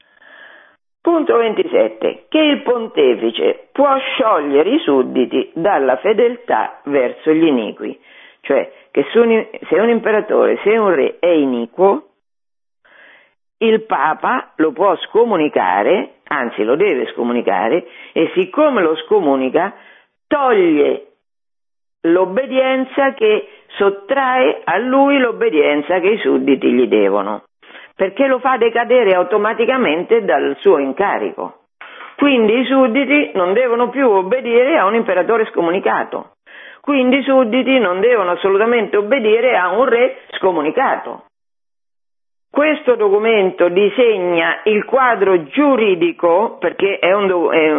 Punto 27. Che il pontefice può sciogliere i sudditi dalla fedeltà verso gli iniqui. Cioè, che se un imperatore, se un re è iniquo, il Papa lo può scomunicare, anzi lo deve scomunicare, e siccome lo scomunica, toglie l'obbedienza sottrae a lui l'obbedienza che i sudditi gli devono, perché lo fa decadere automaticamente dal suo incarico. Quindi i sudditi non devono più obbedire a un imperatore scomunicato, quindi i sudditi non devono assolutamente obbedire a un re scomunicato. Questo documento disegna il quadro giuridico, perché è un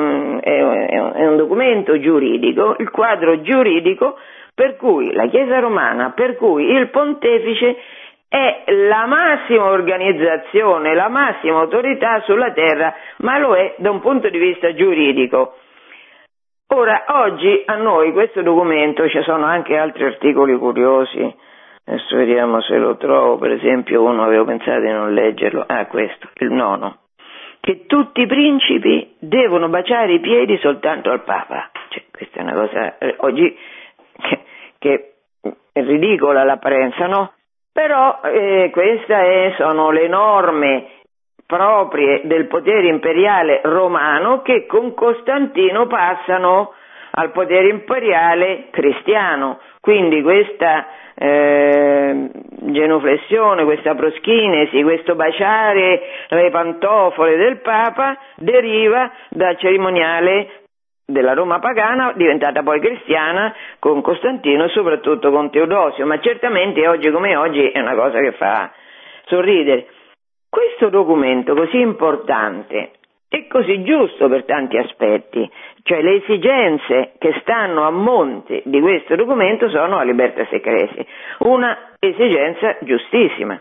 documento giuridico, il quadro giuridico per cui la Chiesa romana, per cui il pontefice è la massima organizzazione, la massima autorità sulla terra, ma lo è da un punto di vista giuridico. Ora, oggi a noi questo documento, ci sono anche altri articoli curiosi, adesso vediamo se lo trovo, per esempio uno avevo pensato di non leggerlo, questo, il 9, che tutti i principi devono baciare i piedi soltanto al Papa. Cioè, questa è una cosa oggi che è ridicola all'apparenza, no? Però queste sono le norme proprie del potere imperiale romano che con Costantino passano al potere imperiale cristiano. Quindi questa genuflessione, questa proschinesi, questo baciare le pantofole del Papa deriva dal cerimoniale della Roma pagana, diventata poi cristiana con Costantino e soprattutto con Teodosio, ma certamente oggi come oggi è una cosa che fa sorridere. Questo documento così importante e così giusto per tanti aspetti, cioè le esigenze che stanno a monte di questo documento sono la libertas ecclesiae, una esigenza giustissima.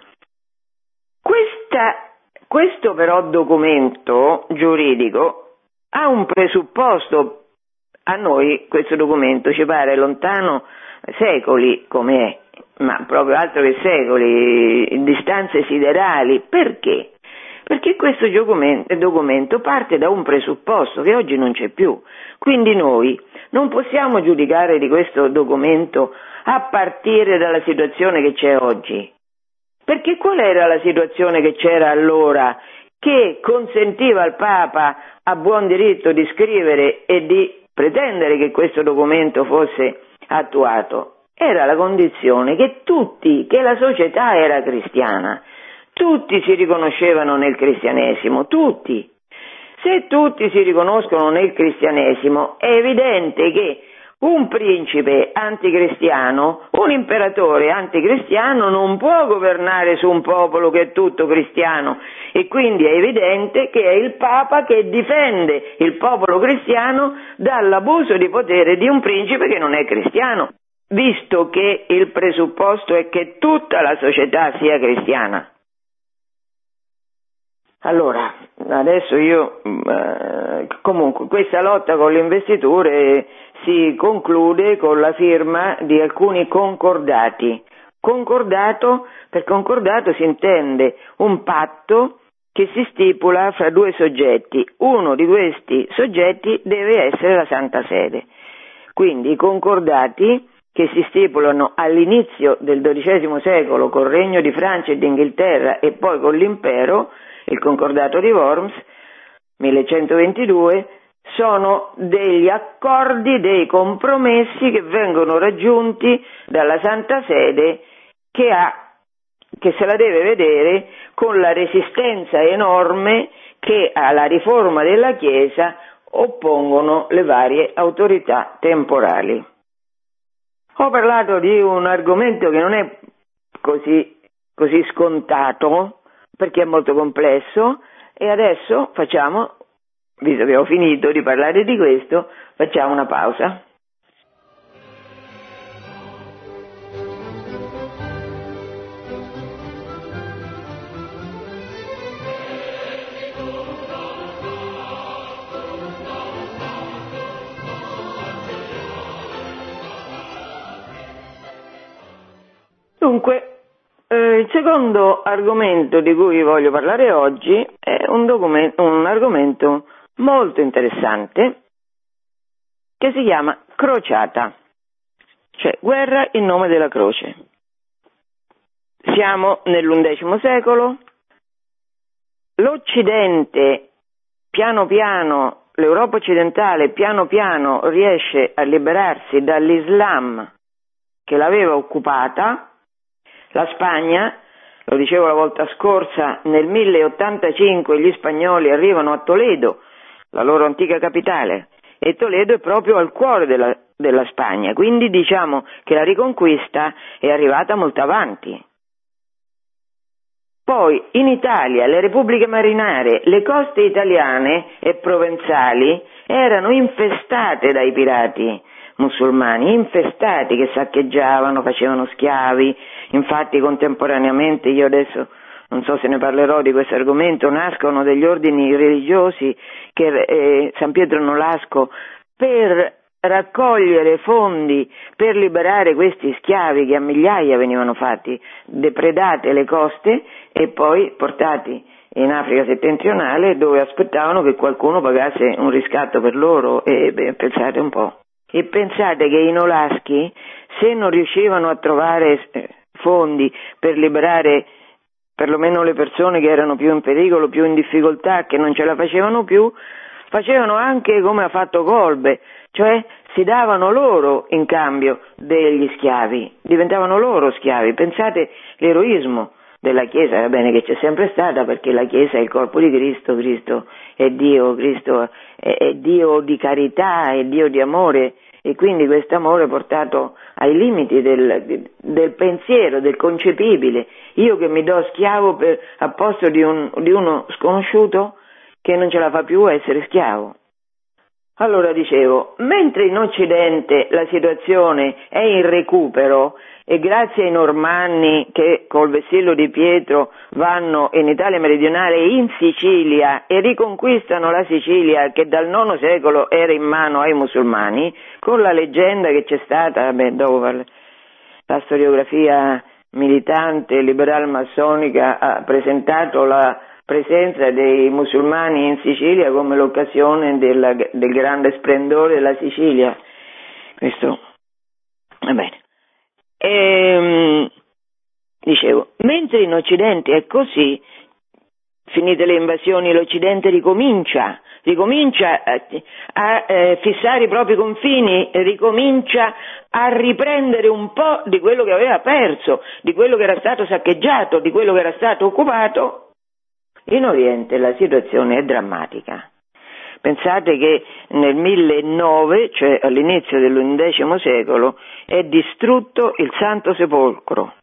Questo però documento giuridico ha un presupposto. A noi questo documento ci pare lontano secoli come è, ma proprio altro che secoli, distanze siderali. Perché? Perché questo documento parte da un presupposto che oggi non c'è più. Quindi noi non possiamo giudicare di questo documento a partire dalla situazione che c'è oggi. Perché qual era la situazione che c'era allora che consentiva al Papa a buon diritto di scrivere e di pretendere che questo documento fosse attuato? Era la condizione che la società era cristiana, tutti si riconoscevano nel cristianesimo, tutti. Se tutti si riconoscono nel cristianesimo, è evidente che un principe anticristiano, un imperatore anticristiano non può governare su un popolo che è tutto cristiano, e quindi è evidente che è il Papa che difende il popolo cristiano dall'abuso di potere di un principe che non è cristiano, visto che il presupposto è che tutta la società sia cristiana. Allora, adesso comunque questa lotta con le investiture si conclude con la firma di alcuni concordati. concordato, per concordato si intende un patto che si stipula fra due soggetti. Uno di questi soggetti deve essere la Santa Sede. Quindi i concordati che si stipulano all'inizio del XII secolo col Regno di Francia e d'Inghilterra e poi con l'Impero, il concordato di Worms, 1122, sono degli accordi, dei compromessi che vengono raggiunti dalla Santa Sede che se la deve vedere con la resistenza enorme che alla riforma della Chiesa oppongono le varie autorità temporali. Ho parlato di un argomento che non è così scontato perché è molto complesso e adesso visto che ho finito di parlare di questo, facciamo una pausa. Dunque, il secondo argomento di cui voglio parlare oggi è un argomento molto interessante che si chiama crociata, cioè guerra in nome della croce. Siamo nell'undecimo secolo, l'Occidente piano piano, l'Europa occidentale piano piano riesce a liberarsi dall'Islam che l'aveva occupata. La Spagna, lo dicevo la volta scorsa, nel 1085 gli spagnoli arrivano a Toledo, la loro antica capitale, e Toledo è proprio al cuore della Spagna, quindi diciamo che la riconquista è arrivata molto avanti. Poi in Italia le repubbliche marinare, le coste italiane e provenzali erano infestate dai pirati musulmani, infestati che saccheggiavano, facevano schiavi. Infatti contemporaneamente, io adesso non so se ne parlerò di questo argomento, nascono degli ordini religiosi che San Pietro Nolasco per raccogliere fondi per liberare questi schiavi che a migliaia venivano fatti, depredate le coste e poi portati in Africa settentrionale dove aspettavano che qualcuno pagasse un riscatto per loro e pensate un po'. E pensate che i Nolaschi, se non riuscivano a trovare fondi per liberare perlomeno le persone che erano più in pericolo, più in difficoltà, che non ce la facevano più, facevano anche come ha fatto Kolbe, cioè si davano loro in cambio degli schiavi, diventavano loro schiavi. Pensate l'eroismo della Chiesa, va bene che c'è sempre stata perché la Chiesa è il corpo di Cristo, Cristo è Dio, Cristo è Dio di carità, è Dio di amore e quindi questo amore è portato ai limiti del pensiero, del concepibile. Io che mi do schiavo a posto di uno sconosciuto che non ce la fa più a essere schiavo. Allora dicevo, mentre in Occidente la situazione è in recupero e grazie ai normanni che col vessillo di Pietro vanno in Italia meridionale e in Sicilia e riconquistano la Sicilia che dal IX secolo era in mano ai musulmani, con la leggenda che c'è stata, dopo la storiografia militante liberal massonica ha presentato la presenza dei musulmani in Sicilia come l'occasione del grande splendore della Sicilia. Questo va bene. Dicevo, mentre in Occidente è così, finite le invasioni l'Occidente ricomincia a fissare i propri confini, ricomincia a riprendere un po' di quello che aveva perso, di quello che era stato saccheggiato, di quello che era stato occupato. In Oriente la situazione è drammatica. Pensate che nel 1009, cioè all'inizio dell'undecimo secolo, è distrutto il Santo Sepolcro.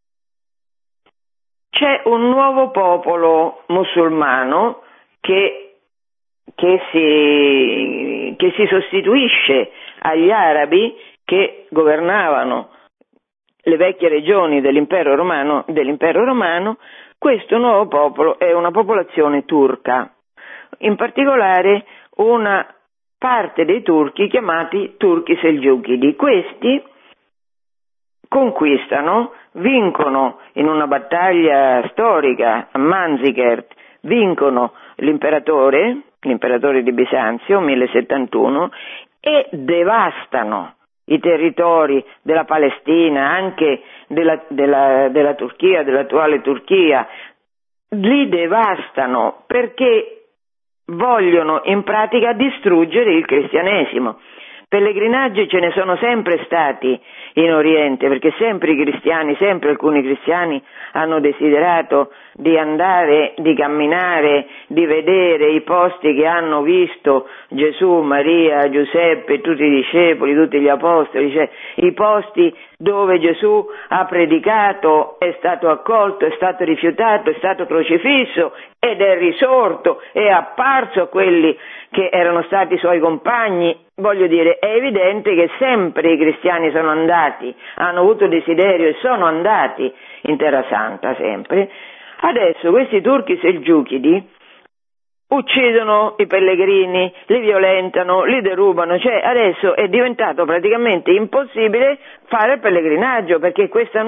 C'è un nuovo popolo musulmano che si sostituisce agli arabi che governavano le vecchie regioni dell'impero romano. Questo nuovo popolo è una popolazione turca, in particolare una parte dei turchi chiamati turchi selgiukidi. Questi conquistano vincono in una battaglia storica a Manzikert, vincono l'imperatore di Bisanzio, 1071, e devastano i territori della Palestina, anche della Turchia, dell'attuale Turchia, li devastano perché vogliono in pratica distruggere il cristianesimo. Pellegrinaggi ce ne sono sempre stati in Oriente, perché sempre alcuni cristiani hanno desiderato di andare, di camminare, di vedere i posti che hanno visto Gesù, Maria, Giuseppe, tutti i discepoli, tutti gli apostoli, cioè i posti dove Gesù ha predicato, è stato accolto, è stato rifiutato, è stato crocifisso ed è risorto, è apparso a quelli che erano stati i suoi compagni. Voglio dire, è evidente che sempre i cristiani sono andati, hanno avuto desiderio e sono andati in Terra Santa, sempre. Adesso questi turchi selgiuchidi uccidono i pellegrini, li violentano, li derubano, cioè adesso è diventato praticamente impossibile fare il pellegrinaggio, perché questo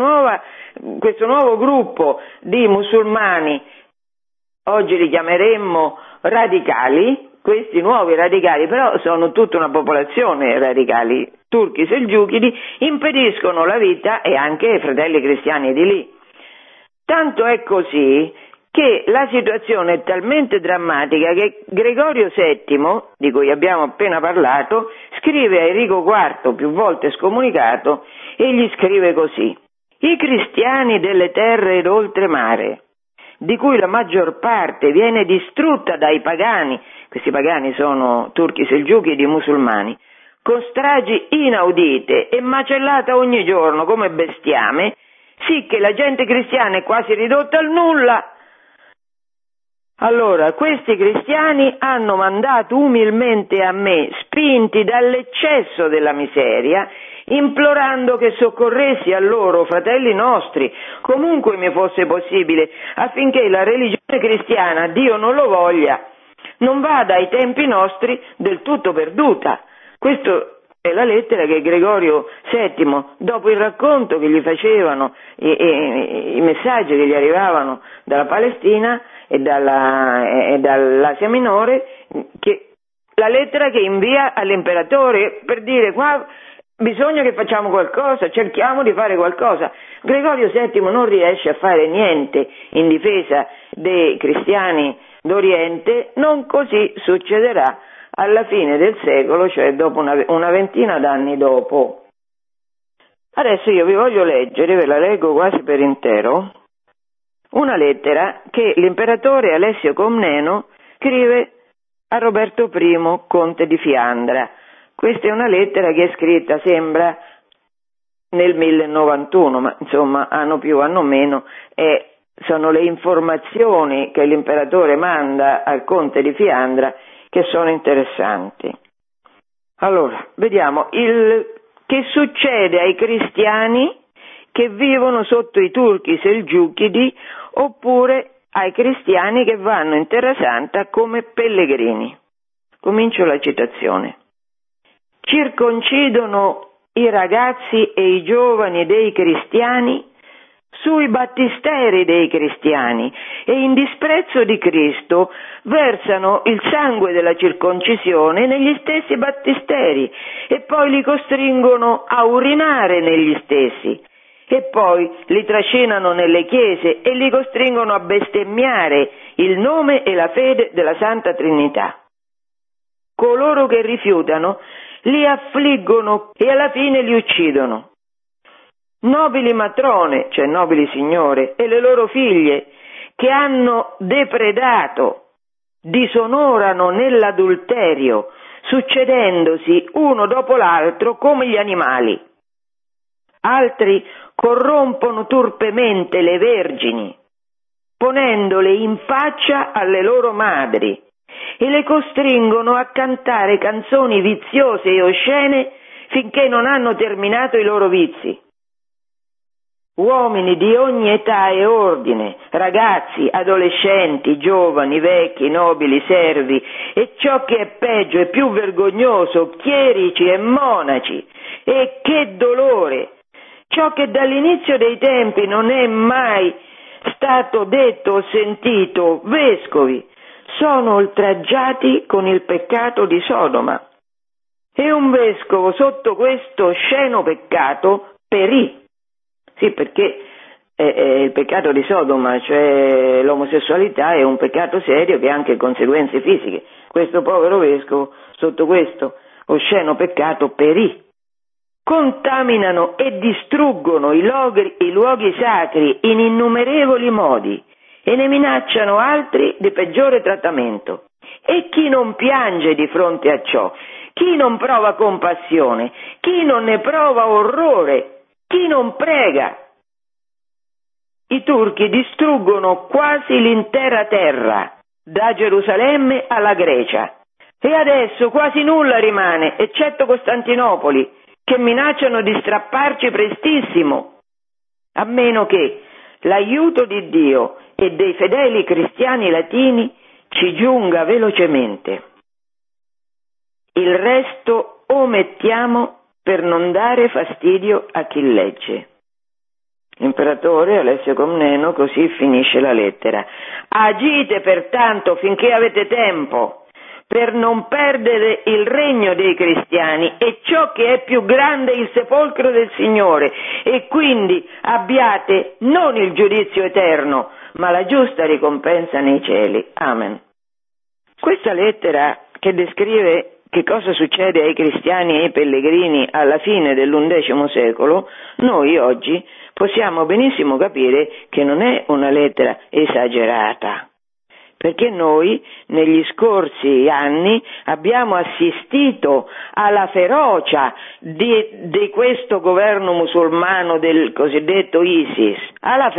nuovo gruppo di musulmani, oggi li chiameremmo radicali, questi nuovi radicali, però sono tutta una popolazione radicali, turchi selgiuchidi, impediscono la vita e anche ai fratelli cristiani di lì. Tanto è così che la situazione è talmente drammatica che Gregorio VII, di cui abbiamo appena parlato, scrive a Enrico IV, più volte scomunicato, e gli scrive così: i cristiani delle terre d'oltremare, di cui la maggior parte viene distrutta dai pagani, questi pagani sono turchi selgiuchidi musulmani, con stragi inaudite e macellata ogni giorno come bestiame, sì che la gente cristiana è quasi ridotta al nulla. Allora, questi cristiani hanno mandato umilmente a me, spinti dall'eccesso della miseria, implorando che soccorressi a loro, fratelli nostri, comunque mi fosse possibile, affinché la religione cristiana, Dio non lo voglia, non vada ai tempi nostri del tutto perduta. Questa è la lettera che Gregorio VII, dopo il racconto che gli facevano, i messaggi che gli arrivavano dalla Palestina e dall'Asia Minore, la lettera che invia all'imperatore per dire: qua bisogna che facciamo qualcosa, cerchiamo di fare qualcosa. Gregorio VII non riesce a fare niente in difesa dei cristiani d'Oriente, non così succederà alla fine del secolo, cioè dopo una ventina d'anni dopo. Adesso io vi voglio leggere, ve la leggo quasi per intero, una lettera che l'imperatore Alessio Comneno scrive a Roberto I, conte di Fiandra. Questa è una lettera che è scritta, sembra, nel 1091, ma insomma anno più, anno meno, sono le informazioni che l'imperatore manda al conte di Fiandra che sono interessanti. Allora, vediamo che succede ai cristiani che vivono sotto i turchi selgiuchidi oppure ai cristiani che vanno in Terra Santa come pellegrini. Comincio la citazione. Circoncidono i ragazzi e i giovani dei cristiani sui battisteri dei cristiani e in disprezzo di Cristo versano il sangue della circoncisione negli stessi battisteri e poi li costringono a urinare negli stessi e poi li trascinano nelle chiese e li costringono a bestemmiare il nome e la fede della Santa Trinità. Coloro che rifiutano li affliggono e alla fine li uccidono. Nobili matrone, cioè nobili signore, e le loro figlie, che hanno depredato, disonorano nell'adulterio, succedendosi uno dopo l'altro come gli animali. Altri corrompono turpemente le vergini, ponendole in faccia alle loro madri, e le costringono a cantare canzoni viziose e oscene finché non hanno terminato i loro vizi. Uomini di ogni età e ordine, ragazzi, adolescenti, giovani, vecchi, nobili, servi, e ciò che è peggio e più vergognoso, chierici e monaci, e che dolore! ciò che dall'inizio dei tempi non è mai stato detto o sentito, vescovi sono oltraggiati con il peccato di Sodoma. E un vescovo sotto questo osceno peccato perì. Sì, perché il peccato di Sodoma, cioè l'omosessualità, è un peccato serio che ha anche conseguenze fisiche. Questo povero vescovo sotto questo osceno peccato perì. Contaminano e distruggono i luoghi sacri in innumerevoli modi e ne minacciano altri di peggiore trattamento. E chi non piange di fronte a ciò? Chi non prova compassione? Chi non ne prova orrore? Chi non prega? I turchi distruggono quasi l'intera terra, da Gerusalemme alla Grecia. E adesso quasi nulla rimane, eccetto Costantinopoli, che minacciano di strapparci prestissimo, a meno che l'aiuto di Dio e dei fedeli cristiani latini ci giunga velocemente. Il resto omettiamo per non dare fastidio a chi legge. L'imperatore Alessio Comneno così finisce la lettera. Agite pertanto finché avete tempo, per non perdere il regno dei cristiani e ciò che è più grande, il sepolcro del Signore, e quindi abbiate non il giudizio eterno, ma la giusta ricompensa nei cieli. Amen. Questa lettera, che descrive che cosa succede ai cristiani e ai pellegrini alla fine dell'undecimo secolo, noi oggi possiamo benissimo capire che non è una lettera esagerata, perché noi negli scorsi anni abbiamo assistito alla ferocia di questo governo musulmano del cosiddetto ISIS, alla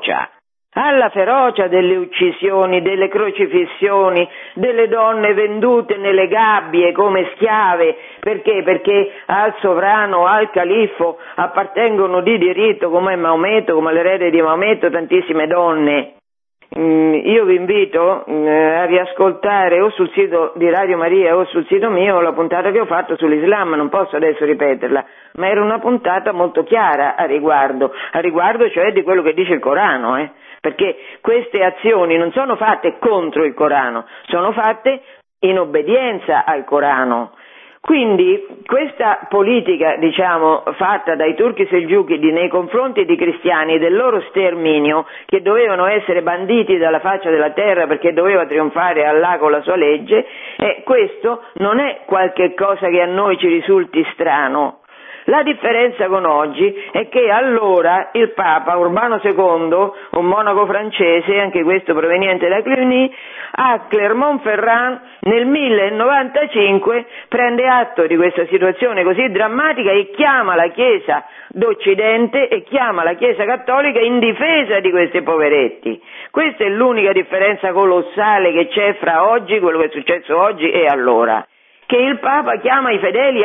ferocia delle uccisioni, delle crocifissioni, delle donne vendute nelle gabbie come schiave. Perché? Perché al sovrano, al califfo appartengono di diritto, come Maometto, come l'erede di Maometto, tantissime donne. Io vi invito a riascoltare o sul sito di Radio Maria o sul sito mio la puntata che ho fatto sull'Islam, non posso adesso ripeterla, ma era una puntata molto chiara a riguardo cioè di quello che dice il Corano, perché queste azioni non sono fatte contro il Corano, sono fatte in obbedienza al Corano. Quindi questa politica, fatta dai turchi selgiuchi nei confronti di cristiani, del loro sterminio, che dovevano essere banditi dalla faccia della terra perché doveva trionfare Allah con la sua legge, questo non è qualche cosa che a noi ci risulti strano. La differenza con oggi è che allora il Papa Urbano II, un monaco francese, anche questo proveniente da Cluny, a Clermont-Ferrand nel 1095 prende atto di questa situazione così drammatica e chiama la Chiesa d'Occidente e chiama la Chiesa Cattolica in difesa di questi poveretti. Questa è l'unica differenza colossale che c'è fra oggi, quello che è successo oggi e allora. Che il Papa chiama i fedeli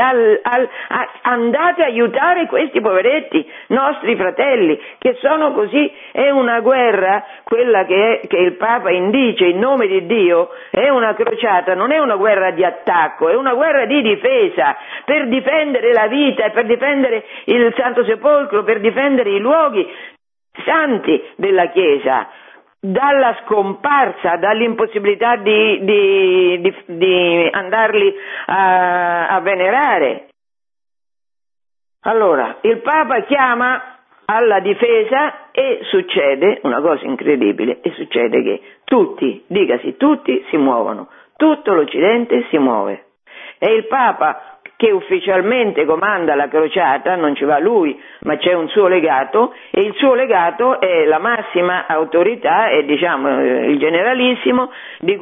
andate a aiutare questi poveretti, nostri fratelli, che sono così. È una guerra, quella che il Papa indice in nome di Dio, è una crociata, non è una guerra di attacco, è una guerra di difesa, per difendere la vita e per difendere il Santo Sepolcro, per difendere i luoghi santi della Chiesa, dalla scomparsa, dall'impossibilità di andarli a venerare. Allora, il Papa chiama alla difesa e succede una cosa incredibile, e succede che tutti si muovono, tutto l'Occidente si muove. E il Papa, che ufficialmente comanda la crociata, non ci va lui, ma c'è un suo legato, e il suo legato è la massima autorità, è il generalissimo di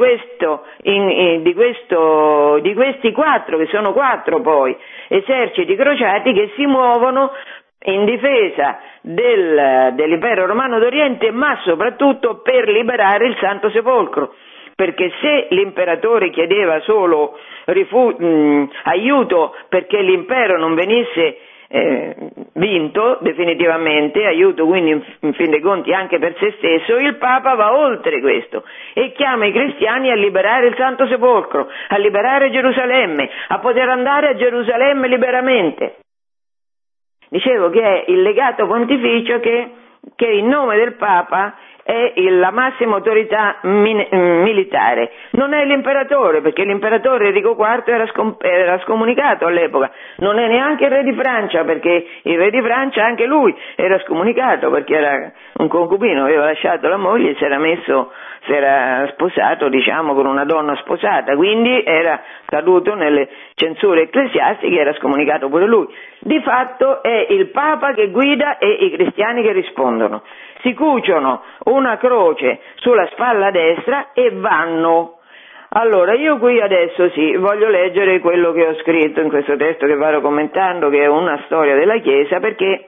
questi quattro, che sono quattro poi, eserciti crociati che si muovono in difesa dell'impero romano d'Oriente, ma soprattutto per liberare il Santo Sepolcro. Perché se l'imperatore chiedeva solo aiuto perché l'impero non venisse vinto definitivamente, aiuto quindi in fin dei conti anche per se stesso, il Papa va oltre questo e chiama i cristiani a liberare il Santo Sepolcro, a liberare Gerusalemme, a poter andare a Gerusalemme liberamente. Dicevo che è il legato pontificio che in nome del Papa è la massima autorità militare. Non è l'imperatore, perché l'imperatore Enrico IV era scomunicato all'epoca. Non è neanche il re di Francia, perché il re di Francia anche lui era scomunicato, perché era un concubino, aveva lasciato la moglie e si era sposato, diciamo, con una donna sposata, quindi era caduto nelle censure ecclesiastiche, era scomunicato pure lui. Di fatto è il Papa che guida e i cristiani che rispondono. Si cuciono una croce sulla spalla destra e vanno. Allora, io qui adesso voglio leggere quello che ho scritto in questo testo che vado commentando, che è una storia della Chiesa, perché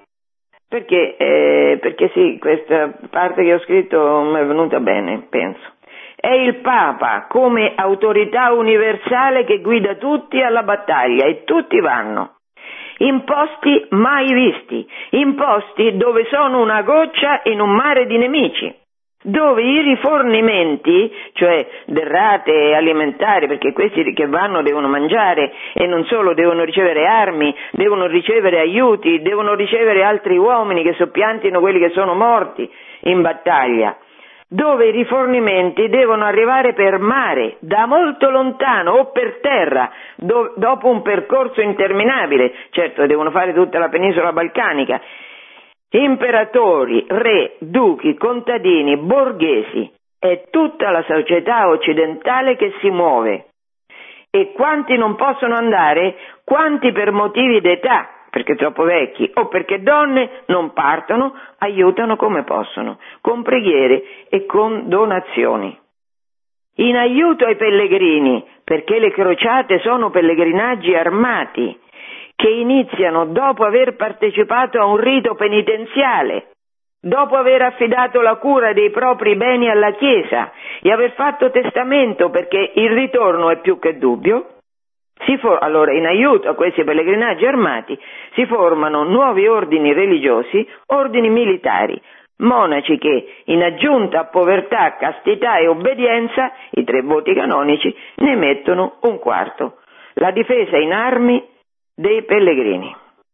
sì, questa parte che ho scritto mi è venuta bene, penso. È il Papa come autorità universale che guida tutti alla battaglia e tutti vanno. In posti mai visti, in posti dove sono una goccia in un mare di nemici, dove i rifornimenti, cioè derrate alimentari, perché questi che vanno devono mangiare e non solo, devono ricevere armi, devono ricevere aiuti, devono ricevere altri uomini che soppiantino quelli che sono morti in battaglia, dove i rifornimenti devono arrivare per mare, da molto lontano o per terra, dopo un percorso interminabile, certo devono fare tutta la penisola balcanica, imperatori, re, duchi, contadini, borghesi, è tutta la società occidentale che si muove. E quanti non possono andare, quanti per motivi d'età, perché troppo vecchi, o perché donne non partono, aiutano come possono, con preghiere e con donazioni. In aiuto ai pellegrini, perché le crociate sono pellegrinaggi armati, che iniziano dopo aver partecipato a un rito penitenziale, dopo aver affidato la cura dei propri beni alla Chiesa e aver fatto testamento perché il ritorno è più che dubbio. Allora, in aiuto a questi pellegrinaggi armati si formano nuovi ordini religiosi, ordini militari, monaci che, in aggiunta a povertà, castità e obbedienza, i 3 voti canonici, ne mettono un quarto: la difesa in armi dei pellegrini.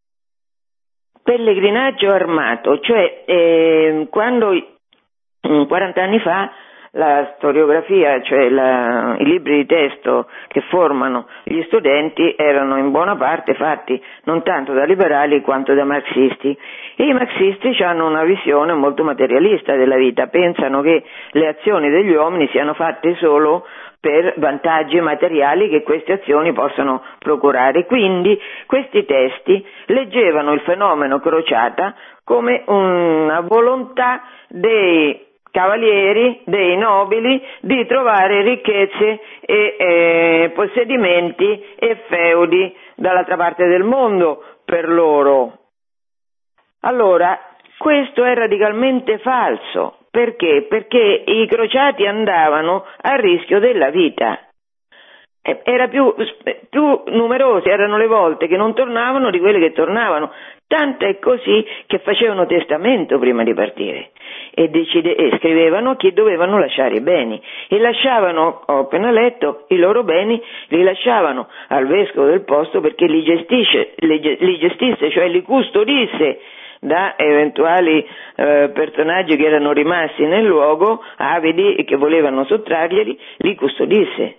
Pellegrinaggio armato, cioè quando 40 anni fa la storiografia, cioè i libri di testo che formano gli studenti erano in buona parte fatti non tanto da liberali quanto da marxisti, e i marxisti hanno una visione molto materialista della vita, pensano che le azioni degli uomini siano fatte solo per vantaggi materiali che queste azioni possono procurare. Quindi questi testi leggevano il fenomeno crociata come una volontà dei cavalieri, dei nobili, di trovare ricchezze e possedimenti e feudi dall'altra parte del mondo per loro. Allora, questo è radicalmente falso. Perché? Perché i crociati andavano a rischio della vita. Era più numerose erano le volte che non tornavano di quelle che tornavano, tanto è così che facevano testamento prima di partire e scrivevano chi dovevano lasciare i beni e lasciavano, ho appena letto, i loro beni li lasciavano al vescovo del posto perché li gestisse, cioè li custodisse da eventuali personaggi che erano rimasti nel luogo, avidi e che volevano sottrarglieli, li custodisse.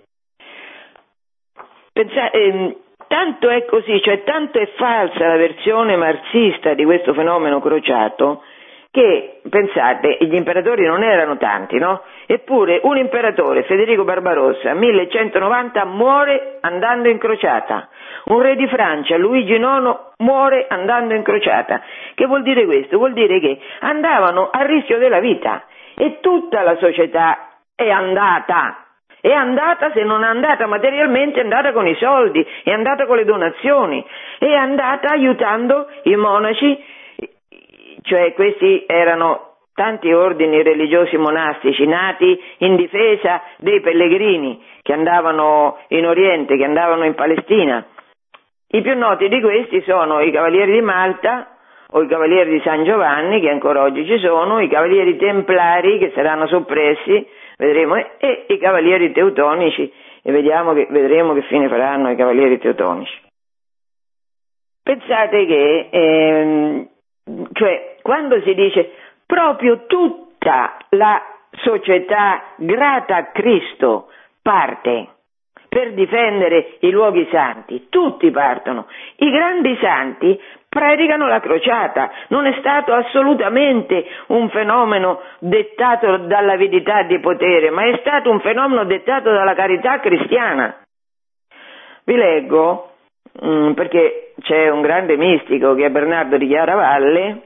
Tanto è così, cioè tanto è falsa la versione marxista di questo fenomeno crociato che, pensate, gli imperatori non erano tanti, no? Eppure un imperatore, Federico Barbarossa, 1190, muore andando in crociata. Un re di Francia, Luigi IX, muore andando in crociata. Che vuol dire questo? Vuol dire che andavano a rischio della vita e tutta la società è andata. È andata, se non è andata materialmente, è andata con i soldi, è andata con le donazioni, è andata aiutando i monaci, cioè questi erano tanti ordini religiosi monastici nati in difesa dei pellegrini che andavano in Oriente, che andavano in Palestina. I più noti di questi sono i Cavalieri di Malta o i Cavalieri di San Giovanni, che ancora oggi ci sono, i Cavalieri Templari, che saranno soppressi, vedremo, e i Cavalieri Teutonici, e vedremo che fine faranno i Cavalieri Teutonici. Pensate che, cioè, quando si dice proprio tutta la società grata a Cristo parte per difendere i luoghi santi, tutti partono. I grandi santi predicano la crociata, non è stato assolutamente un fenomeno dettato dall'avidità di potere, ma è stato un fenomeno dettato dalla carità cristiana. Vi leggo, perché c'è un grande mistico che è Bernardo di Chiaravalle,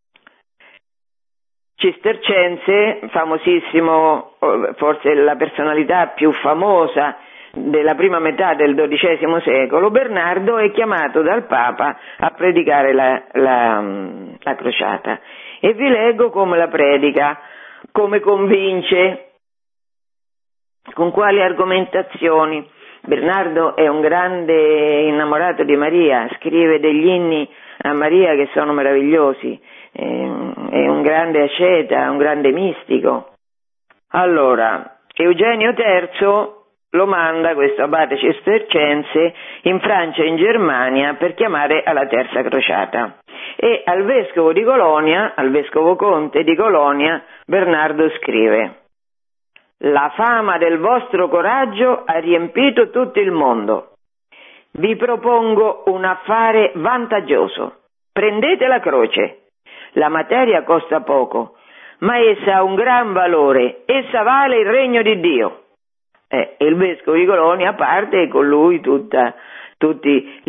cistercense, famosissimo, forse la personalità più famosa della prima metà del XII secolo. Bernardo è chiamato dal Papa a predicare la crociata, e vi leggo come la predica, come convince, con quali argomentazioni. Bernardo è un grande innamorato di Maria, scrive degli inni a Maria che sono meravigliosi, è un grande asceta, un grande mistico. Allora, Eugenio III lo manda, questo abate cistercense, in Francia e in Germania per chiamare alla terza crociata, e al vescovo di Colonia, al vescovo conte di Colonia, Bernardo scrive: la fama del vostro coraggio ha riempito tutto il mondo. Vi propongo un affare vantaggioso. Prendete la croce. La materia costa poco, ma essa ha un gran valore. Essa vale il regno di Dio. E il vescovo di Colonia parte, e con lui tutti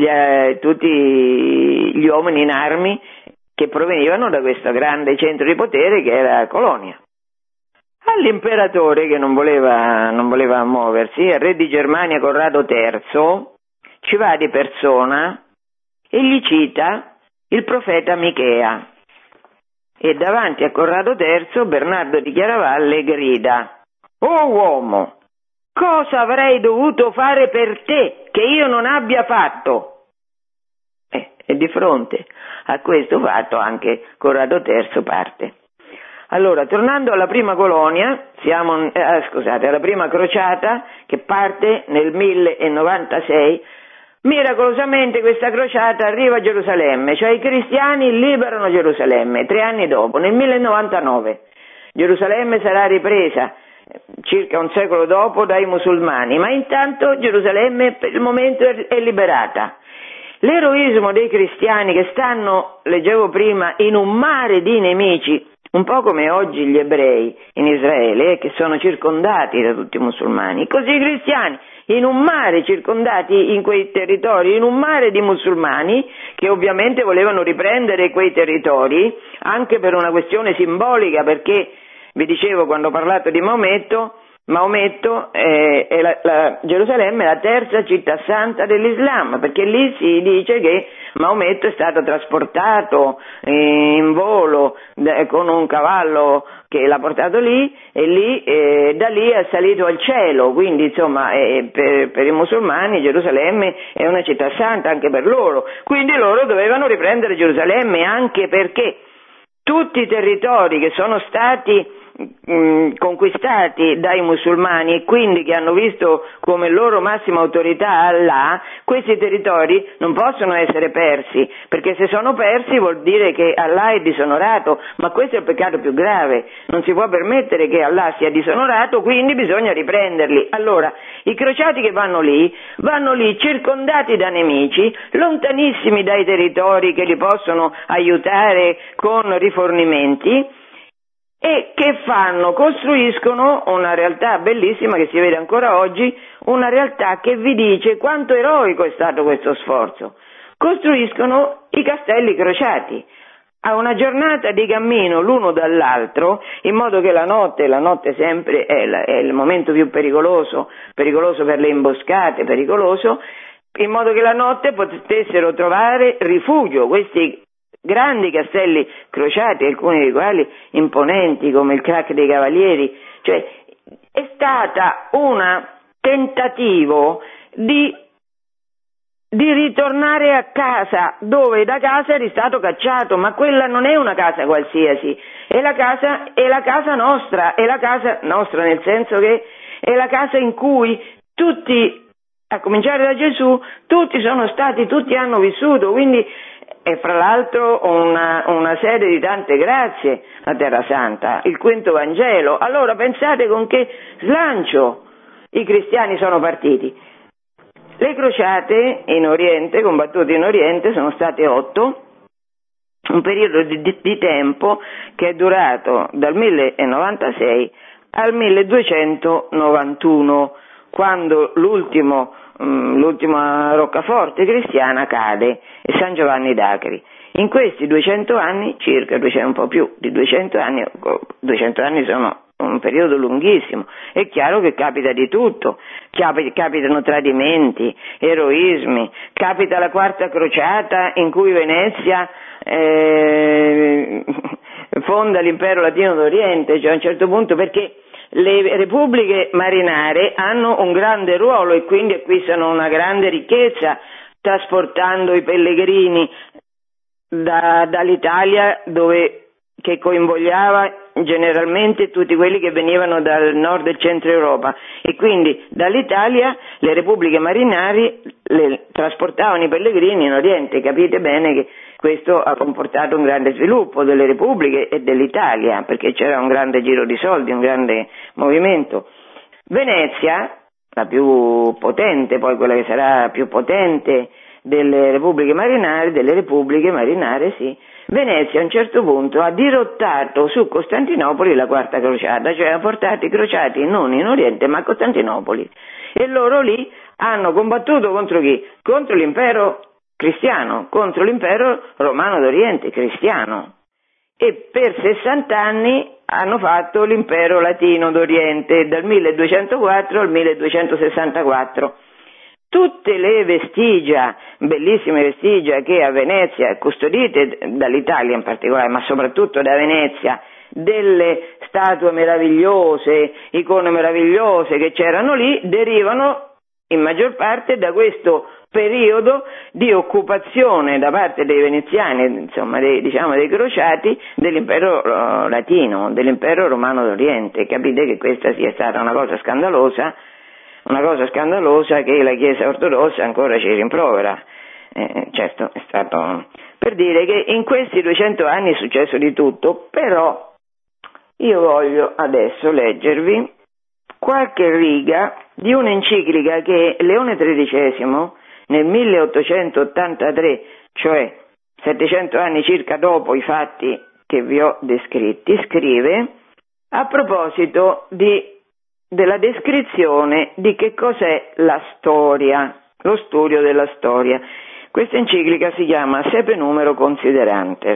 gli uomini in armi che provenivano da questo grande centro di potere che era Colonia. All'imperatore, che non voleva muoversi, al re di Germania Corrado III, ci va di persona e gli cita il profeta Michea. E davanti a Corrado III Bernardo di Chiaravalle grida: «O uomo, cosa avrei dovuto fare per te che io non abbia fatto?» E di fronte a questo fatto anche Corrado III parte. Allora, tornando alla prima colonia, alla prima crociata, che parte nel 1096, miracolosamente questa crociata arriva a Gerusalemme, cioè i cristiani liberano Gerusalemme. 3 anni dopo, nel 1099, Gerusalemme sarà ripresa circa un secolo dopo dai musulmani, ma intanto Gerusalemme per il momento è liberata. L'eroismo dei cristiani che stanno, leggevo prima, in un mare di nemici, un po' come oggi gli ebrei in Israele, che sono circondati da tutti i musulmani, così i cristiani in un mare, circondati in quei territori, in un mare di musulmani che ovviamente volevano riprendere quei territori anche per una questione simbolica, perché vi dicevo, quando ho parlato di Maometto, Gerusalemme è la terza città santa dell'Islam, perché lì si dice che Maometto è stato trasportato in volo con un cavallo che l'ha portato lì, e da lì è salito al cielo. Quindi insomma per i musulmani Gerusalemme è una città santa anche per loro, quindi loro dovevano riprendere Gerusalemme, anche perché tutti i territori che sono stati conquistati dai musulmani, e quindi che hanno visto come loro massima autorità Allah, questi territori non possono essere persi, perché se sono persi vuol dire che Allah è disonorato, ma questo è il peccato più grave, non si può permettere che Allah sia disonorato, quindi bisogna riprenderli. Allora i crociati che vanno lì circondati da nemici, lontanissimi dai territori che li possono aiutare con rifornimenti. E che fanno? Costruiscono una realtà bellissima che si vede ancora oggi, una realtà che vi dice quanto eroico è stato questo sforzo. Costruiscono i castelli crociati a una giornata di cammino l'uno dall'altro, in modo che la notte sempre è il momento più pericoloso per le imboscate, in modo che la notte potessero trovare rifugio questi grandi castelli crociati, alcuni dei quali imponenti come il Crac dei Cavalieri. Cioè è stata un tentativo di ritornare a casa, dove da casa eri stato cacciato, ma quella non è una casa qualsiasi, è la casa nostra nel senso che è la casa in cui tutti a cominciare da Gesù, tutti hanno vissuto, quindi è fra l'altro una sede di tante grazie, la Terra Santa, il quinto Vangelo. Allora pensate con che slancio i cristiani sono partiti. Le crociate in Oriente, combattute in Oriente, sono state 8, un periodo di tempo che è durato dal 1096 al 1291, quando l'ultima roccaforte cristiana cade, è San Giovanni d'Acri. In questi 200 anni, circa un po' più di 200 anni sono un periodo lunghissimo, è chiaro che capita di tutto, capitano tradimenti, eroismi, capita la quarta crociata in cui Venezia fonda l'impero latino d'Oriente, cioè a un certo punto, perché le repubbliche marinare hanno un grande ruolo e quindi acquistano una grande ricchezza trasportando i pellegrini dall'Italia, che coinvolgeva generalmente tutti quelli che venivano dal nord e centro Europa, e quindi dall'Italia le repubbliche marinari trasportavano i pellegrini in Oriente. Capite bene che questo ha comportato un grande sviluppo delle repubbliche e dell'Italia, perché c'era un grande giro di soldi, un grande movimento. Venezia, la più potente, poi quella che sarà più potente delle repubbliche marinare, sì, Venezia a un certo punto ha dirottato su Costantinopoli la quarta crociata, cioè ha portato i crociati non in Oriente ma a Costantinopoli, e loro lì hanno combattuto contro chi? Contro l'impero cristiano, contro l'impero romano d'Oriente cristiano, e per 60 anni hanno fatto l'impero latino d'Oriente dal 1204 al 1264. Tutte le vestigia, bellissime vestigia che a Venezia, custodite dall'Italia in particolare, ma soprattutto da Venezia, delle statue meravigliose, icone meravigliose che c'erano lì, derivano in maggior parte da questo periodo di occupazione da parte dei veneziani, insomma dei crociati, dell'impero latino, dell'impero romano d'Oriente. Capite che questa sia stata una cosa scandalosa che la Chiesa ortodossa ancora ci rimprovera. Certo, è stato per dire che in questi 200 anni è successo di tutto, però io voglio adesso leggervi qualche riga di un'enciclica che Leone XIII nel 1883, cioè 700 anni circa dopo i fatti che vi ho descritti, scrive a proposito della descrizione di che cos'è la storia, lo studio della storia. Questa enciclica si chiama Sepe Numero Considerantes.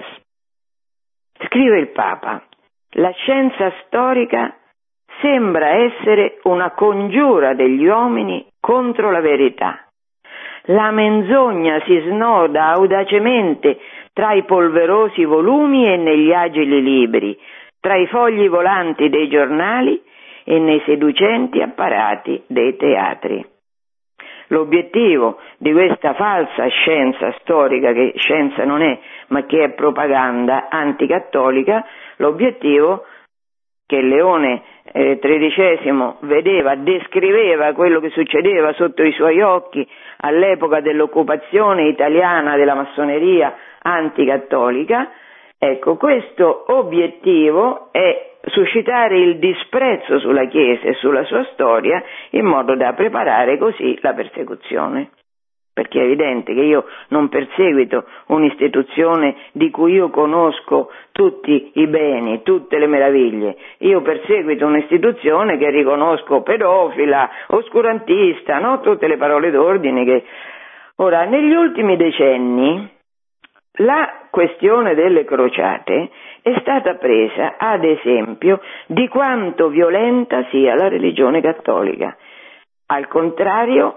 Scrive il Papa: la scienza storica sembra essere una congiura degli uomini contro la verità. La menzogna si snoda audacemente tra i polverosi volumi e negli agili libri, tra i fogli volanti dei giornali e nei seducenti apparati dei teatri. L'obiettivo di questa falsa scienza storica, che scienza non è, ma che è propaganda anticattolica, l'obiettivo che Leone XIII descriveva quello che succedeva sotto i suoi occhi all'epoca dell'occupazione italiana della massoneria anticattolica. Ecco, questo obiettivo è suscitare il disprezzo sulla Chiesa e sulla sua storia, in modo da preparare così la persecuzione. Perché è evidente che io non perseguito un'istituzione di cui io conosco tutti i beni, tutte le meraviglie. Io perseguito un'istituzione che riconosco pedofila, oscurantista, no? Tutte le parole d'ordine che... Ora, negli ultimi decenni la questione delle crociate è stata presa ad esempio di quanto violenta sia la religione cattolica. Al contrario,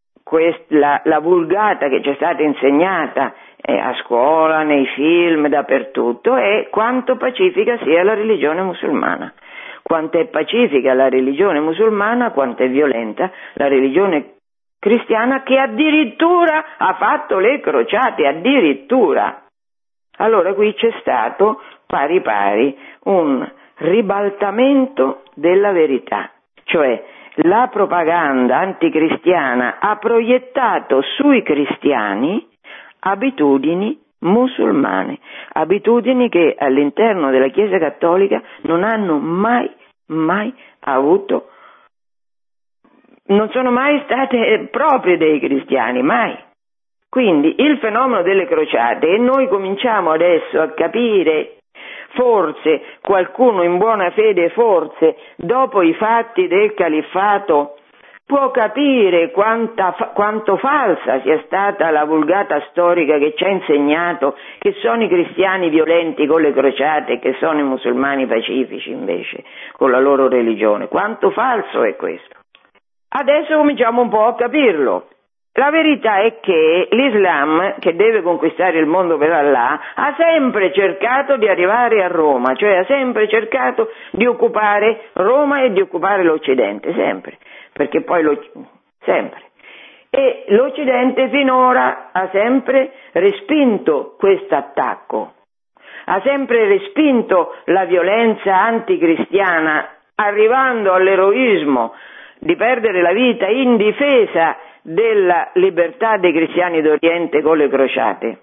la vulgata che ci è stata insegnata a scuola, nei film, dappertutto, è quanto pacifica sia la religione musulmana. Quanto è pacifica la religione musulmana, quanto è violenta la religione cristiana, che addirittura ha fatto le crociate, addirittura. Allora qui c'è stato pari un ribaltamento della verità, cioè la propaganda anticristiana ha proiettato sui cristiani abitudini musulmane, abitudini che all'interno della Chiesa Cattolica non hanno mai avuto, non sono mai state proprie dei cristiani, mai. Quindi il fenomeno delle crociate, e noi cominciamo adesso a capire, forse qualcuno in buona fede, forse dopo i fatti del califfato, può capire quanto falsa sia stata la vulgata storica che ci ha insegnato che sono i cristiani violenti con le crociate e che sono i musulmani pacifici invece con la loro religione. Quanto falso è questo? Adesso cominciamo un po' a capirlo. La verità è che l'Islam, che deve conquistare il mondo per Allah, ha sempre cercato di arrivare a Roma, cioè ha sempre cercato di occupare Roma e di occupare l'Occidente, sempre, perché poi sempre. E l'Occidente finora ha sempre respinto questo attacco, ha sempre respinto la violenza anticristiana, arrivando all'eroismo di perdere la vita in difesa della libertà dei cristiani d'Oriente con le crociate.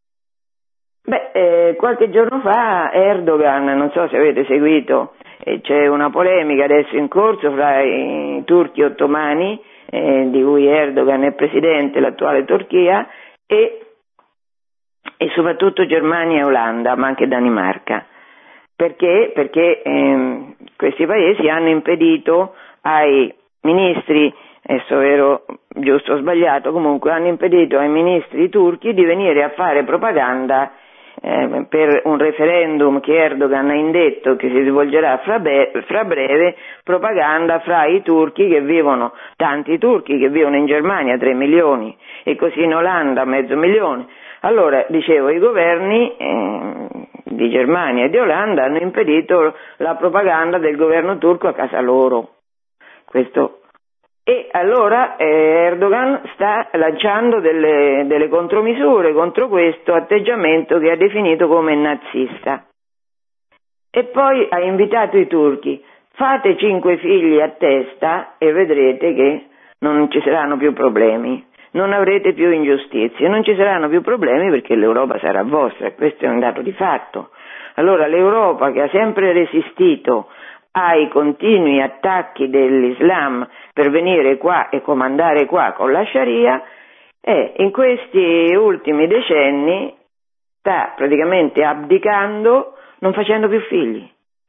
Qualche giorno fa Erdogan, non so se avete seguito, c'è una polemica adesso in corso fra i turchi ottomani, di cui Erdogan è presidente, l'attuale Turchia, e soprattutto Germania e Olanda, ma anche Danimarca. Perché? Perché questi paesi hanno impedito ai ministri, adesso vero, giusto o sbagliato, comunque hanno impedito ai ministri turchi di venire a fare propaganda per un referendum che Erdogan ha indetto che si svolgerà fra breve, propaganda fra i turchi che vivono, tanti turchi che vivono in Germania, 3 milioni, e così in Olanda 500.000. Allora, dicevo, i governi di Germania e di Olanda hanno impedito la propaganda del governo turco a casa loro. Questo. E allora Erdogan sta lanciando delle contromisure contro questo atteggiamento che ha definito come nazista. E poi ha invitato i turchi: fate 5 figli a testa e vedrete che non ci saranno più problemi, non avrete più ingiustizie, non ci saranno più problemi perché l'Europa sarà vostra, e questo è un dato di fatto. Allora l'Europa, che ha sempre resistito ai continui attacchi dell'Islam per venire qua e comandare qua con la Sharia, in questi ultimi decenni sta praticamente abdicando, non facendo più figli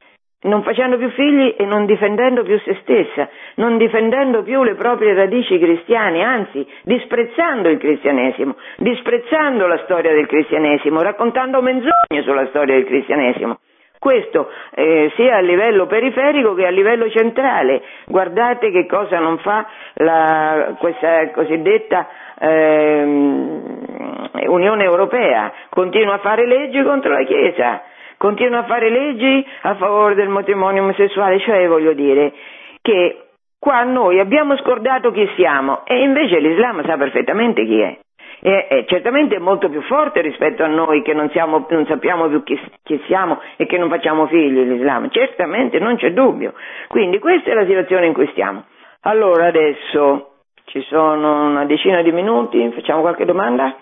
e non difendendo più se stessa, non difendendo più le proprie radici cristiane, anzi disprezzando il cristianesimo, disprezzando la storia del cristianesimo, raccontando menzogne sulla storia del cristianesimo. Questo sia a livello periferico che a livello centrale. Guardate che cosa non fa questa cosiddetta Unione Europea, continua a fare leggi contro la Chiesa, continua a fare leggi a favore del matrimonio omosessuale, cioè voglio dire che qua noi abbiamo scordato chi siamo e invece l'Islam sa perfettamente chi è. È certamente molto più forte rispetto a noi che non sappiamo più chi siamo e che non facciamo figli l'Islam, certamente, non c'è dubbio. Quindi questa è la situazione in cui stiamo. Allora adesso ci sono una decina di minuti, facciamo qualche domanda?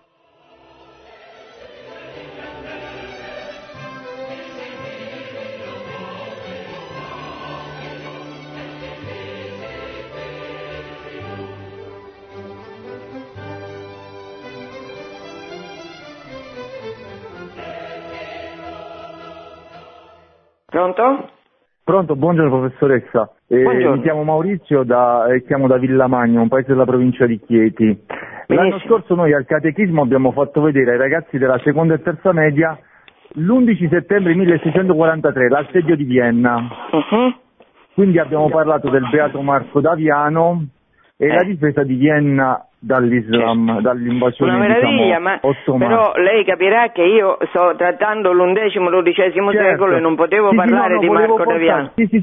Pronto? Pronto, buongiorno professoressa. Buongiorno. Mi chiamo Maurizio e chiamo da Villamagna, un paese della provincia di Chieti. L'anno scorso noi al catechismo abbiamo fatto vedere ai ragazzi della seconda e terza media l'11 settembre 1643, l'assedio di Vienna. Quindi abbiamo parlato del Beato Marco d'Aviano e la difesa di Vienna dall'Islam, dall'invasione, una meraviglia, diciamo, ottomana. Però lei capirà che io sto trattando l'XI-XII secolo e non potevo parlare di Marco d'Aviano. Sì,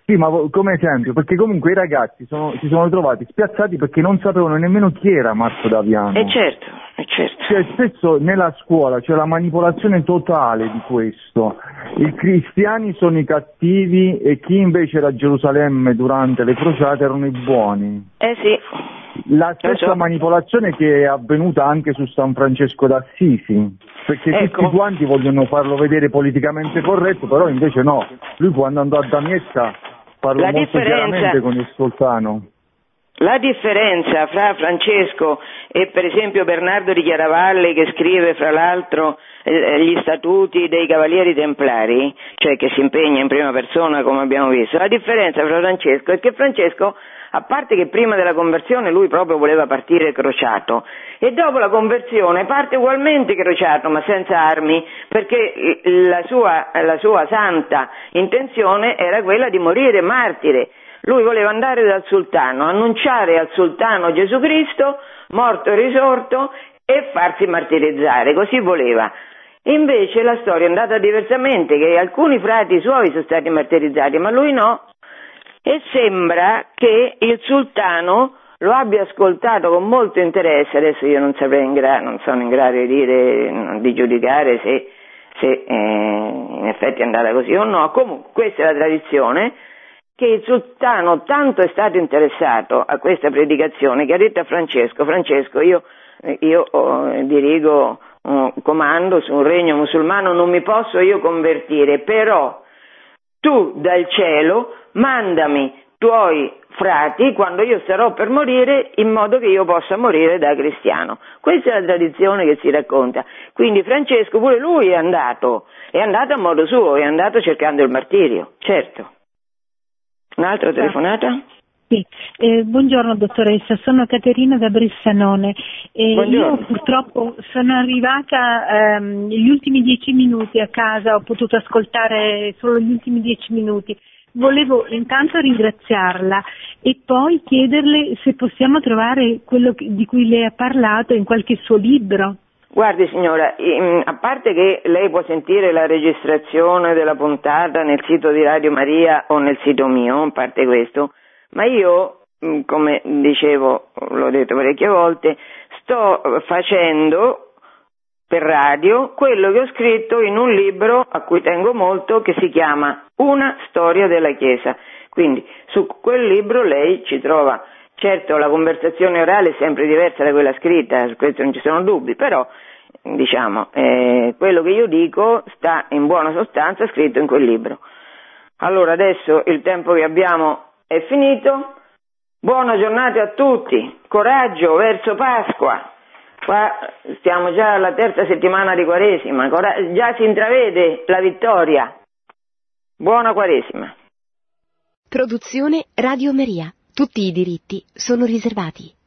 Sì, ma come esempio, perché comunque i ragazzi si sono trovati spiazzati perché non sapevano nemmeno chi era Marco Daviano. Certo. Cioè, spesso nella scuola c'è la manipolazione totale di questo. I cristiani sono i cattivi e chi invece era a Gerusalemme durante le crociate erano i buoni. Sì. La stessa manipolazione che è avvenuta anche su San Francesco d'Assisi, perché tutti quanti vogliono farlo vedere politicamente corretto, però invece no, lui può andando a Damietta farlo molto chiaramente con il sultano. La differenza fra Francesco e per esempio Bernardo di Chiaravalle, che scrive fra l'altro gli statuti dei Cavalieri Templari, cioè che si impegna in prima persona come abbiamo visto, la differenza fra Francesco è che Francesco, a parte che prima della conversione lui proprio voleva partire crociato, e dopo la conversione parte ugualmente crociato ma senza armi, perché la sua santa intenzione era quella di morire martire. Lui voleva andare dal sultano, annunciare al sultano Gesù Cristo, morto e risorto, e farsi martirizzare, così voleva. Invece la storia è andata diversamente, che alcuni frati suoi sono stati martirizzati, ma lui no. E sembra che il sultano lo abbia ascoltato con molto interesse. Adesso io non sono in grado di dire, di giudicare se in effetti è andata così o no. Comunque questa è la tradizione, che il sultano tanto è stato interessato a questa predicazione che ha detto a Francesco: io dirigo, comando su un regno musulmano, non mi posso io convertire, però tu dal cielo mandami tuoi frati quando io starò per morire, in modo che io possa morire da cristiano. Questa è la tradizione che si racconta. Quindi Francesco pure lui è andato a modo suo, è andato cercando il martirio, certo. Un'altra telefonata? Sì. Buongiorno dottoressa, sono Caterina da Bressanone. Io purtroppo sono arrivata negli ultimi 10 minuti a casa, ho potuto ascoltare solo gli ultimi 10 minuti. Volevo intanto ringraziarla e poi chiederle se possiamo trovare quello di cui lei ha parlato in qualche suo libro. Guardi signora, a parte che lei può sentire la registrazione della puntata nel sito di Radio Maria o nel sito mio, a parte questo, ma io, come dicevo, l'ho detto parecchie volte, sto facendo per radio quello che ho scritto in un libro a cui tengo molto, che si chiama Una storia della Chiesa. Quindi su quel libro lei ci trova. Certo, la conversazione orale è sempre diversa da quella scritta, su questo non ci sono dubbi, però diciamo quello che io dico sta in buona sostanza scritto in quel libro. Allora adesso il tempo che abbiamo è finito, buona giornata a tutti, coraggio verso Pasqua, qua stiamo già alla terza settimana di Quaresima, già si intravede la vittoria, buona Quaresima. Produzione Radio Maria, tutti i diritti sono riservati.